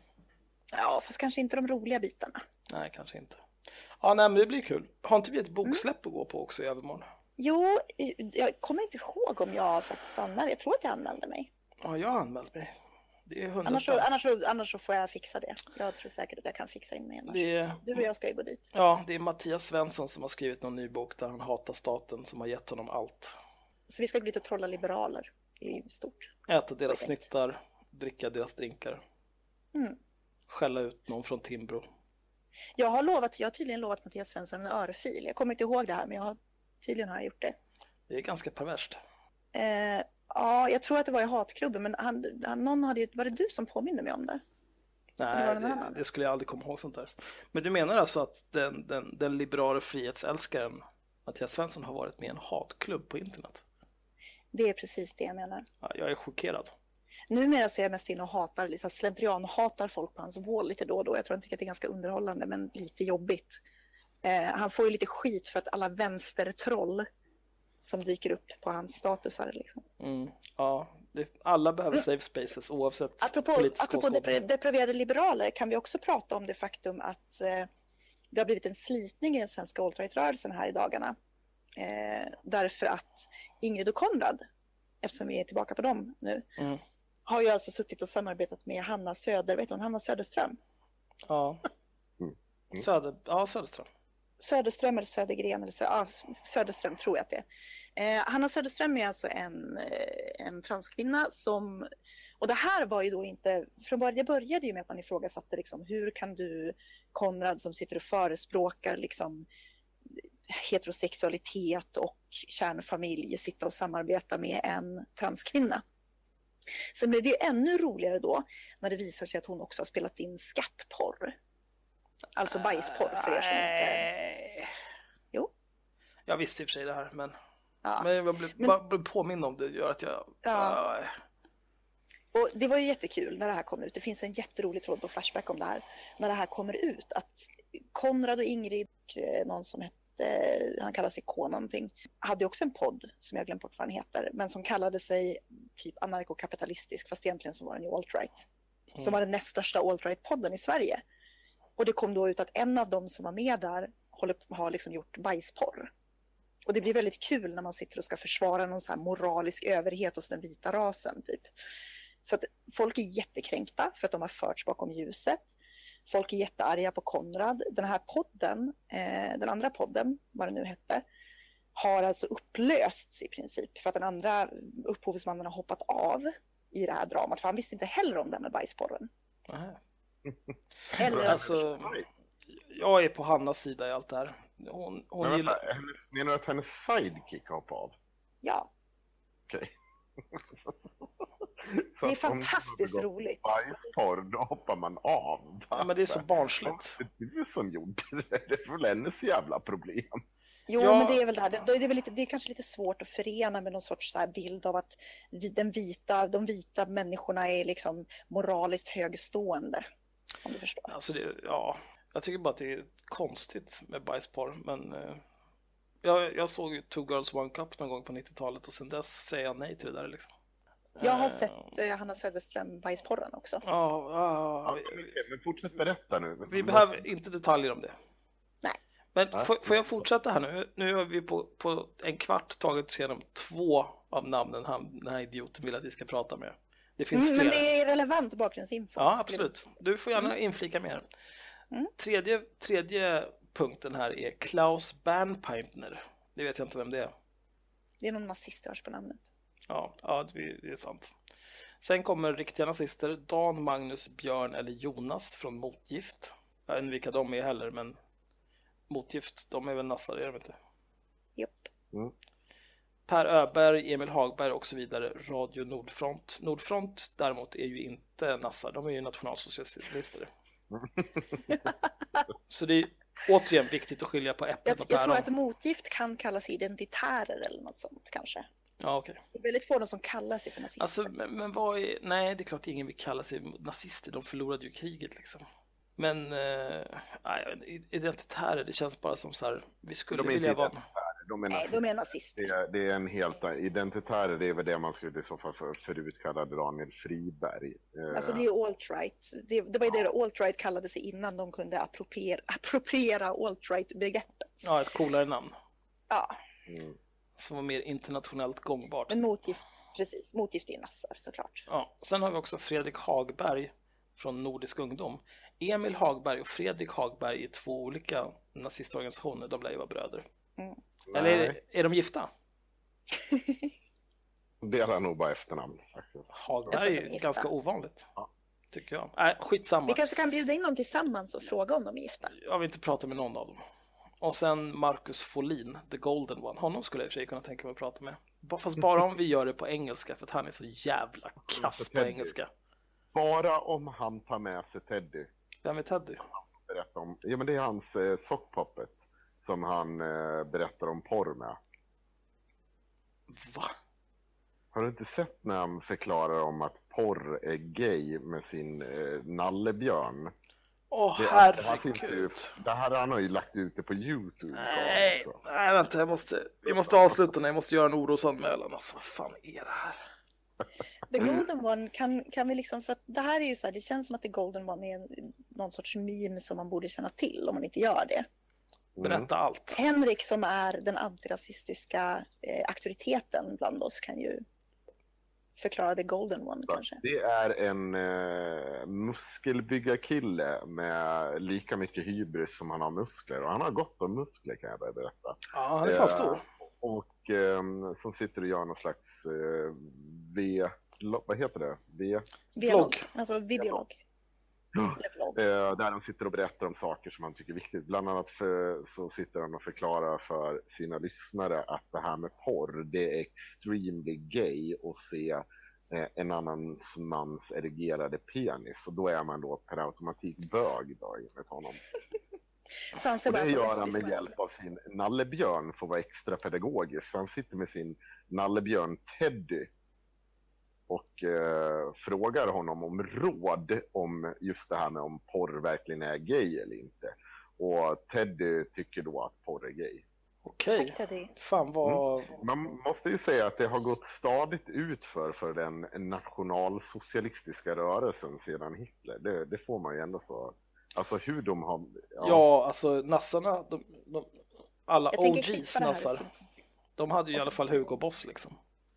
Ja, fast kanske inte de roliga bitarna. Nej, kanske inte. Ja, nej, men det blir kul. Har inte vi ett boksläpp att gå på också i övermorgon? Jo, jag kommer inte ihåg om jag faktiskt anmälde. Jag tror att jag anmälde mig. Ja, jag har anmält mig. Det är hundra Annars så, spänn. annars, så, annars så får jag fixa det. Jag tror säkert att jag kan fixa in mig annars. Det är, Du och jag ska ju gå dit. ja, det är Mattias Svensson som har skrivit någon ny bok där han hatar staten som har gett honom allt. Så vi ska gå dit och trolla liberaler i stort. Äta deras Perfekt. snittar, dricka deras drinkar, Mm. skälla ut någon från Timbro. Jag har lovat, jag har tydligen lovat Mattias Svensson en örfil. Jag kommer inte ihåg det här, men jag har, tydligen har jag gjort det. Det är ganska perverst. Eh, ja, jag tror att det var i hatklubben, men han, han, någon hade, ju- var det du som påminde mig om det? Eller var Nej, det någon det, annan? det skulle jag aldrig komma ihåg sånt där. Men du menar alltså att den, den, den liberala frihetsälskaren Mattias Svensson har varit med i en hatklubb på internet? Det är precis det jag menar. Ja, jag är chockerad. Numera så är jag mest inne och hatar, liksom slentrian, hatar folk på hans wall lite då och då. Jag tror han tycker att det är ganska underhållande, men lite jobbigt. Eh, han får ju lite skit för att alla vänstertroll som dyker upp på hans statusar. Liksom. Mm, ja, det, alla behöver safe spaces oavsett Apropå, politisk apropå åskådning. depra- depraverade liberaler kan vi också prata om det faktum att eh, det har blivit en slitning i den svenska alt-right-rörelsen här i dagarna. Eh, därför att Ingrid och Konrad, eftersom vi är tillbaka på dem nu, Mm. har ju alltså suttit och samarbetat med Hanna Söder, vet hon, Hanna Söderström. Ja. Mm. Söder, ja, Söderström. Söderström eller Södergren eller Sö- ja, Söderström tror jag att det är. Eh, Hanna Söderström är alltså en, eh, en transkvinna som, och det här var ju då inte, från början det började ju med att man ifrågasatte liksom, hur kan du, Konrad som sitter och förespråkar liksom heterosexualitet och kärnfamilj, sitta och samarbeta med en transkvinna. Sen blev det ju ännu roligare då när det visar sig att hon också har spelat in skattporr. Alltså bajsporr för er som inte... Nej. Jo. Jag visste i och för sig det här, men Ja. Men jag blir, Men- bara blir påminn om det gör att jag... Ja. äh, Och det var ju jättekul när det här kom ut. Det finns en jätterolig tråd på Flashback om det här. När det här kommer ut. Att Konrad och Ingrid, och någon som hette, han kallar sig K någonting, hade också en podd som jag glömt bort vad den heter. Men som kallade sig typ anarkokapitalistisk. Fast egentligen så var den ju alt-right. Mm. Som var den näst största alt-right-podden i Sverige. Och det kom då ut att en av dem som var med där håller, har liksom gjort bajsporr. Och det blir väldigt kul när man sitter och ska försvara någon så här moralisk överhet hos den vita rasen typ. Så att folk är jättekränkta för att de har förts bakom ljuset. Folk är jättearga på Konrad. Den här podden, eh, den andra podden, vad det nu hette, har alltså upplösts i princip. För att den andra upphovsmannen har hoppat av i det här dramat. För han visste inte heller om det här med bajsporren. nej. Eller, Alltså, jag är på Hannas sida i allt det här. Hon, hon Men gillar... vänta, hennes, menar du att hennes sidekick hoppar av? ja, Okej. det är fantastiskt roligt. Bajsporr, då hoppar man av. Ja, men det är så barnsligt. Det är du som gjorde det. Det är väl hennes jävla problem. Jo, Ja. men det är väl det här. Det, det, är väl lite, det är kanske lite svårt att förena med någon sorts så här bild av att vi, den vita, de vita människorna är liksom moraliskt högstående. Om du förstår. Alltså det, ja, jag tycker bara att det är konstigt med bajsporr, men eh, jag, jag såg ju Two Girls One Cup någon gång på nittiotalet och sen dess säger jag nej till det där liksom. Jag har Eh, sett eh, Hanna Söderström bajsporren också. Ja, ja, Ja, vi, men, men fortsätt berätta nu. vi behöver inte detaljer om det. Nej. Men Nej. får, får jag fortsätta här nu? Nu har vi på, på en kvart tagit oss igenom två av namnen han, den här idioten vill att vi ska prata med. Det finns Mm, fler. men det är relevant bakgrundsinfo. Ja, absolut. Du får gärna inflika mer. Mm. Tredje, tredje punkten här är Klaus Bernpaintner. Det vet jag inte vem det är. Det är någon nazist hörs på namnet. Ja, ja det, det är sant. Sen kommer riktiga nazister. Dan, Magnus, Björn eller Jonas från Motgift. Jag vet inte vilka de är heller, men Motgift, de är väl nassare, är de inte? Japp. Mm. Per Öberg, Emil Hagberg och så vidare. Radio Nordfront. Nordfront däremot är ju inte nassar, de är ju nationalsocialister. Så det är återigen viktigt att skilja på Jag, äpplet och jag tror päron. att motgift kan kallas identitärer eller något sånt kanske. Ja, okej. Det är väldigt få som kallar sig för nazister. Alltså, men, men vad är... Nej, det är klart ingen vill kalla sig nazister. De förlorade ju kriget liksom. Men eh, nej, jag vet inte, identitärer, det känns bara som så här, vi skulle De är vilja inte vara... identitärer, de är Nej, nazister. de är nazister. Det är, det är en helt... Identitärer, det är väl det man skulle i så fall för, förut kalla Daniel Friberg. Eh, Alltså det är alt-right. Det, det var ju det alt-right kallade sig innan de kunde appropriera, appropriera alt-right-begreppet. Ja, ett coolare namn. Ja, mm. Som var mer internationellt gångbart. men motgift, precis. Motgift är nassar såklart. Ja, sen har vi också Fredrik Hagberg från Nordisk ungdom. Emil Hagberg och Fredrik Hagberg är två olika nazistorganisationer. De lär ju vara bröder. Mm. Eller är, Nej, är de gifta? delar nog bara efternamn. faktiskt. Jag tror Hagberg att de är är gifta. ganska ovanligt. Ja. Tycker jag. Nej, skitsamma. Vi kanske kan bjuda in dem tillsammans och fråga om de är gifta. Jag vill inte prata med någon av dem. Och sen Marcus Folin, The Golden One. Honom skulle jag i och för sig kunna tänka mig att prata med. Ba- Fast bara om vi gör det på engelska, för att han är så jävla kass på Teddy. engelska. Bara om han tar med sig Teddy. Vem är Teddy? Berätta om, ja, men det är hans eh, sockpuppet som han eh, berättar om porr med. Va? Har du inte sett när han förklarar om att porr är gay med sin eh, nallebjörn? Åh, Det, det, här finns ju, herregud. det här han har ju lagt ut det på YouTube. Nej, också. nej, vänta, jag måste, vi måste avsluta nu. Jag måste göra en orosanmälan. Alltså, vad fan är det här? The Golden One kan, kan vi liksom, för att det här är ju så här, det känns som att The Golden One är en, någon sorts meme som man borde känna till om man inte gör det. Berätta allt. Henrik som är den antirasistiska eh, auktoriteten bland oss kan ju förklara The Golden One kanske. Det är en eh, muskelbyggarkille med lika mycket hybris som han har muskler. Och han har gott om muskler, kan jag bara berätta. Ja, han är fan Eh, stor. Och eh, som sitter och gör någon slags eh, V... Vad heter det? V... Vlogg, alltså videologg. Eller vlogg. Eh, där de sitter och berättar om saker som han tycker är viktigt. Bland annat för, så sitter han och förklarar för sina lyssnare att det här med porr, det är extremely gay att se eh, en annan mans erigerade penis. Och då är man då per automatik bög då, enligt honom. Så han ser Och bara det på gör han lesbisk med man. hjälp av sin nallebjörn för att vara extra pedagogisk. Så han sitter med sin nallebjörn Teddy och eh, frågar honom om råd om just det här med om porr verkligen är gay eller inte. Och Teddy tycker då att porr är gay. Okej. Tack, Teddy. Fan vad... Man måste ju säga att det har gått stadigt ut för, för den nationalsocialistiska rörelsen sedan Hitler. Det, det får man ju ändå så... Alltså hur de har... Ja, ja alltså nassarna, de, de, alla Jag tänker O Gs klippa det här. nassar, de hade ju i alla fall Hugo Boss liksom.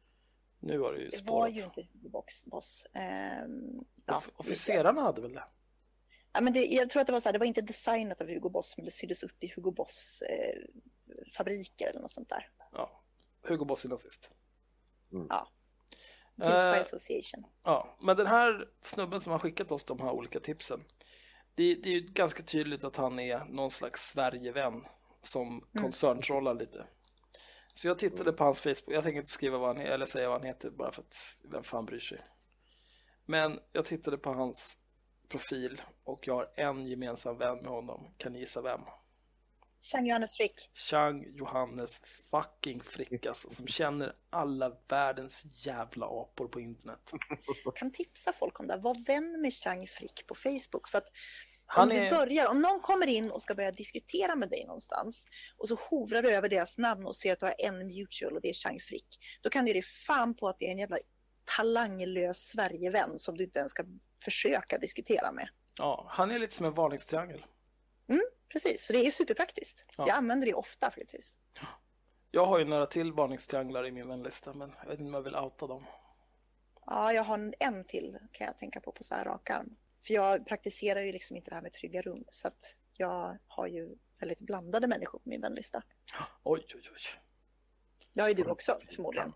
Nu var det ju Det spårat. var ju inte Hugo Boss. boss. Ehm, ja, Off- Officerarna hade väl det? ja, men det, jag tror att det var så här, det var inte designat av Hugo Boss, men det syddes upp i Hugo Boss eh, fabriker eller något sånt där. Ja, Hugo Boss är nazist. Ja. Guilt by Eh, association. Ja, men den här snubben som har skickat oss de här olika tipsen, det, det är ju ganska tydligt att han är någon slags Sverigevän som koncerntrollar lite. Så jag tittade på hans Facebook, jag tänker inte skriva vad han heter, eller säga vad han heter bara för att vem fan bryr sig. Men jag tittade på hans profil och jag har en gemensam vän med honom, kan ni gissa vem? Chang Johannes Frick. Chang Johannes fucking Frick alltså, som känner alla världens jävla apor på internet. Kan tipsa folk om det. Var vän med Chang Frick på Facebook. För att Han om är- du börjar, om någon kommer in och ska börja diskutera med dig någonstans och så hovrar du över deras namn och ser att du har en mutual och det är Chang Frick. Då kan du ge dig fan på att det är en jävla talanglös Sverigevän som du inte ens ska försöka diskutera med. Ja, han är lite som en varningstriangel. Precis, så det är superpraktiskt. Ja. Jag använder det ofta faktiskt. Jag har ju några till varningstrianglar i min vänlista, men jag vet inte om jag vill outa dem. Ja, jag har en till kan jag tänka på på så här rak arm. För jag praktiserar ju liksom inte det här med trygga rum. Så att jag har ju väldigt blandade människor på min vänlista. Oj, oj, oj. Det har ju du också förmodligen.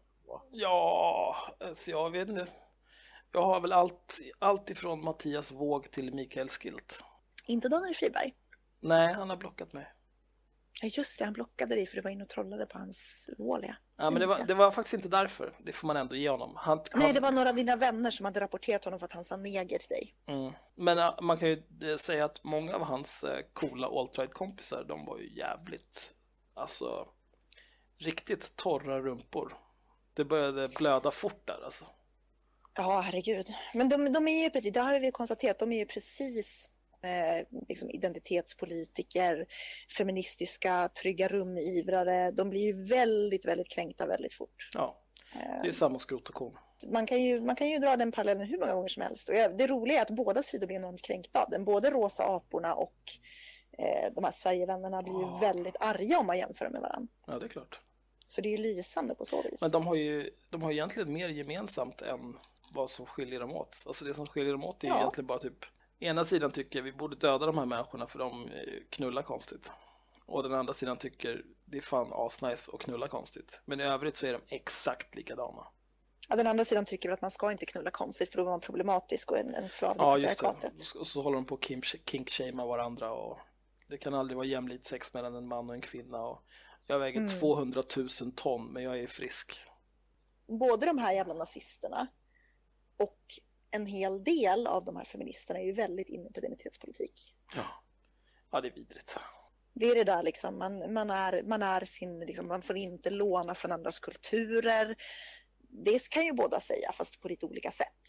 Ja, alltså jag vet inte. Jag har väl allt, allt ifrån Mattias Våg till Mikael Skilt. Inte Daniel Friberg. Nej, han har blockat mig. Ja, just det, han blockade dig för du var inne och trollade på hans wall, ja. Ja, men det var, det var faktiskt inte därför. Det får man ändå ge honom. Han, Nej, han, det var några av dina vänner som hade rapporterat honom för att han sa neger till dig. mm. Men äh, man kan ju eh, säga att många av hans äh, coola alt-right-kompisar, de var ju jävligt, alltså, riktigt torra rumpor. Det började blöda fort där, alltså. Ja, herregud. Men de, de är ju precis, det har vi konstaterat, de är ju precis eh, liksom identitetspolitiker, feministiska, trygga rumivrare. De blir ju väldigt, väldigt kränkta väldigt fort. Ja, det är samma skrot och korn. Man kan ju, man kan ju dra den parallellen hur många gånger som helst. Och jag, det roliga är att båda sidor blir enormt kränkta av den. Både rosa aporna och eh, de här Sverigevännerna blir ju Oh. väldigt arga om man jämför med varandra. Ja, det är klart. Så det är ju lysande på så vis. Men de har ju de har egentligen mer gemensamt än vad som skiljer dem åt. Alltså det som skiljer dem åt är ju Ja. egentligen bara typ, ena sidan tycker vi borde döda de här människorna för de eh, knullar konstigt. Och den andra sidan tycker det är fan asnice och knulla konstigt. Men i övrigt så är de exakt likadana. Ja, den andra sidan tycker att man ska inte knulla konstigt för då var man problematisk och en, en slav i Ja, just patriarkatet. det. Och så håller de på att kink- kinkshamea varandra och det kan aldrig vara jämlikt sex mellan en man och en kvinna. Och jag väger Mm. tvåhundratusen ton men jag är frisk. Både de här jävla nazisterna och en hel del av de här feministerna är ju väldigt inne på identitetspolitik. Ja, ja det är vidrigt. Det är det där liksom, man, man, är, man är sin, liksom, man får inte låna från andras kulturer. Det kan ju båda säga, fast på lite olika sätt.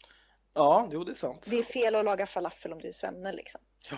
Ja, jo det är sant. Det är fel att laga falafel om du är svenne liksom. Ja.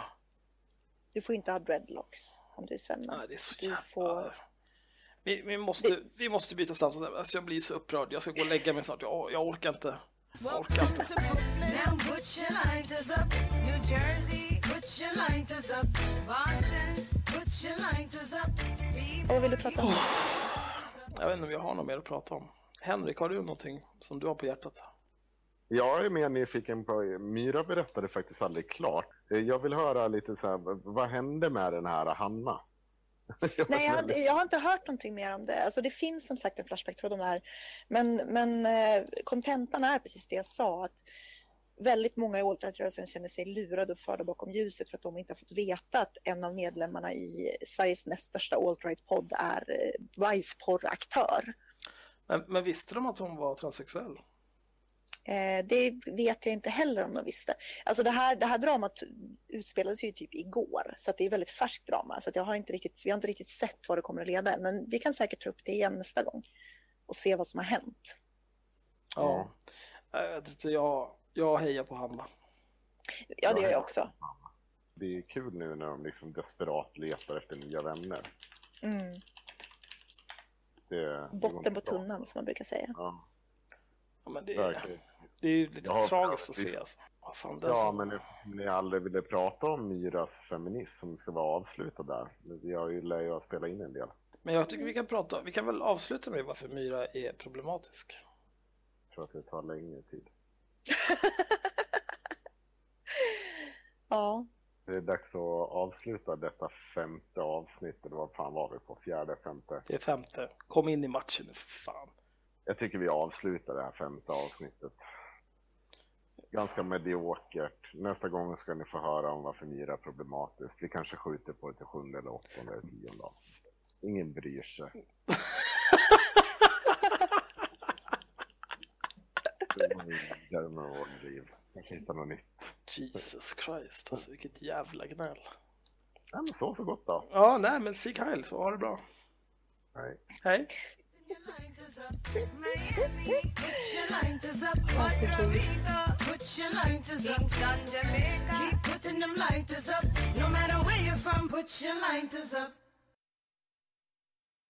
Du får inte ha dreadlocks om du är svenne. Nej, det är så Du jävla... får... Vi, vi, måste, vi måste byta samtal. Alltså jag blir så upprörd. Jag ska gå och lägga mig snart. Jag, jag orkar inte. Jag orkar Welcome inte. to Brooklyn. Now put your lighters up. New Jersey, put your lighters up. Boston, put your lighters up. Och vad vill du prata om? Jag vet inte om jag har något mer att prata om. Henrik, har du någonting som du har på hjärtat? Jag är mer nyfiken på, Myra berättade faktiskt aldrig klart. Jag vill höra lite så här, vad hände med den här Hanna? Nej, jag, har- jag har inte hört någonting mer om det. Alltså det finns som sagt en Flashback-tråd om det här. Men, men eh, kontentan är precis det jag sa. Att väldigt många i alt-right-rörelsen känner sig lurade och förda bakom ljuset för att de inte har fått veta att en av medlemmarna i Sveriges näst största alt-right-podd är eh, bajsporraktör. Men, men visste de att hon var transsexuell? Eh, det vet jag inte heller om de visste. Alltså det här, det här dramat utspelades ju typ igår, så att det är väldigt färskt drama. Så att jag har inte riktigt, vi har inte riktigt sett vad det kommer att leda, men vi kan säkert ta upp det igen nästa gång och se vad som har hänt. Ja, jag, jag, jag hejar på Hanna. Ja, det gör jag också. Det är kul nu när de liksom desperat letar efter nya vänner. Mm. Det, Botten på tunnan, som man brukar säga. Ja. Ja, men det, Verkligen. det är ju lite Ja, tragiskt att visst. se. Alltså. Vad fan, det är Ja, så... men ni aldrig ville prata om Myras feminism som ska vara avslutad där. Jag lär ju spela in en del. Men jag tycker vi kan prata, vi kan väl avsluta med varför Myra är problematisk. Jag tror att det tar längre tid. Ja. Det är dags att avsluta detta femte avsnitt. Eller vad fan var vi på? Fjärde, femte? Det är femte. Kom in i matchen nu, för fan. Jag tycker vi avslutar det här femte avsnittet. Ganska mediokert. Nästa gång ska ni få höra om varför Myra är problematisk. Vi kanske skjuter på det till sjunde eller åttonde eller tionde. Ingen bryr sig. Det var vidare med vårt liv. Jag kan hitta något nytt. Jesus Christ, alltså vilket jävla gnäll. Ja, men så så gott då. Ja, nej, men Sig Heil, så har det bra. Nej. Hej. Miami, put your lighters up. Puerto Rico, put your lighters up. Kingston, Jamaica, keep putting them lighters up. No matter where you're from, put your lighters up.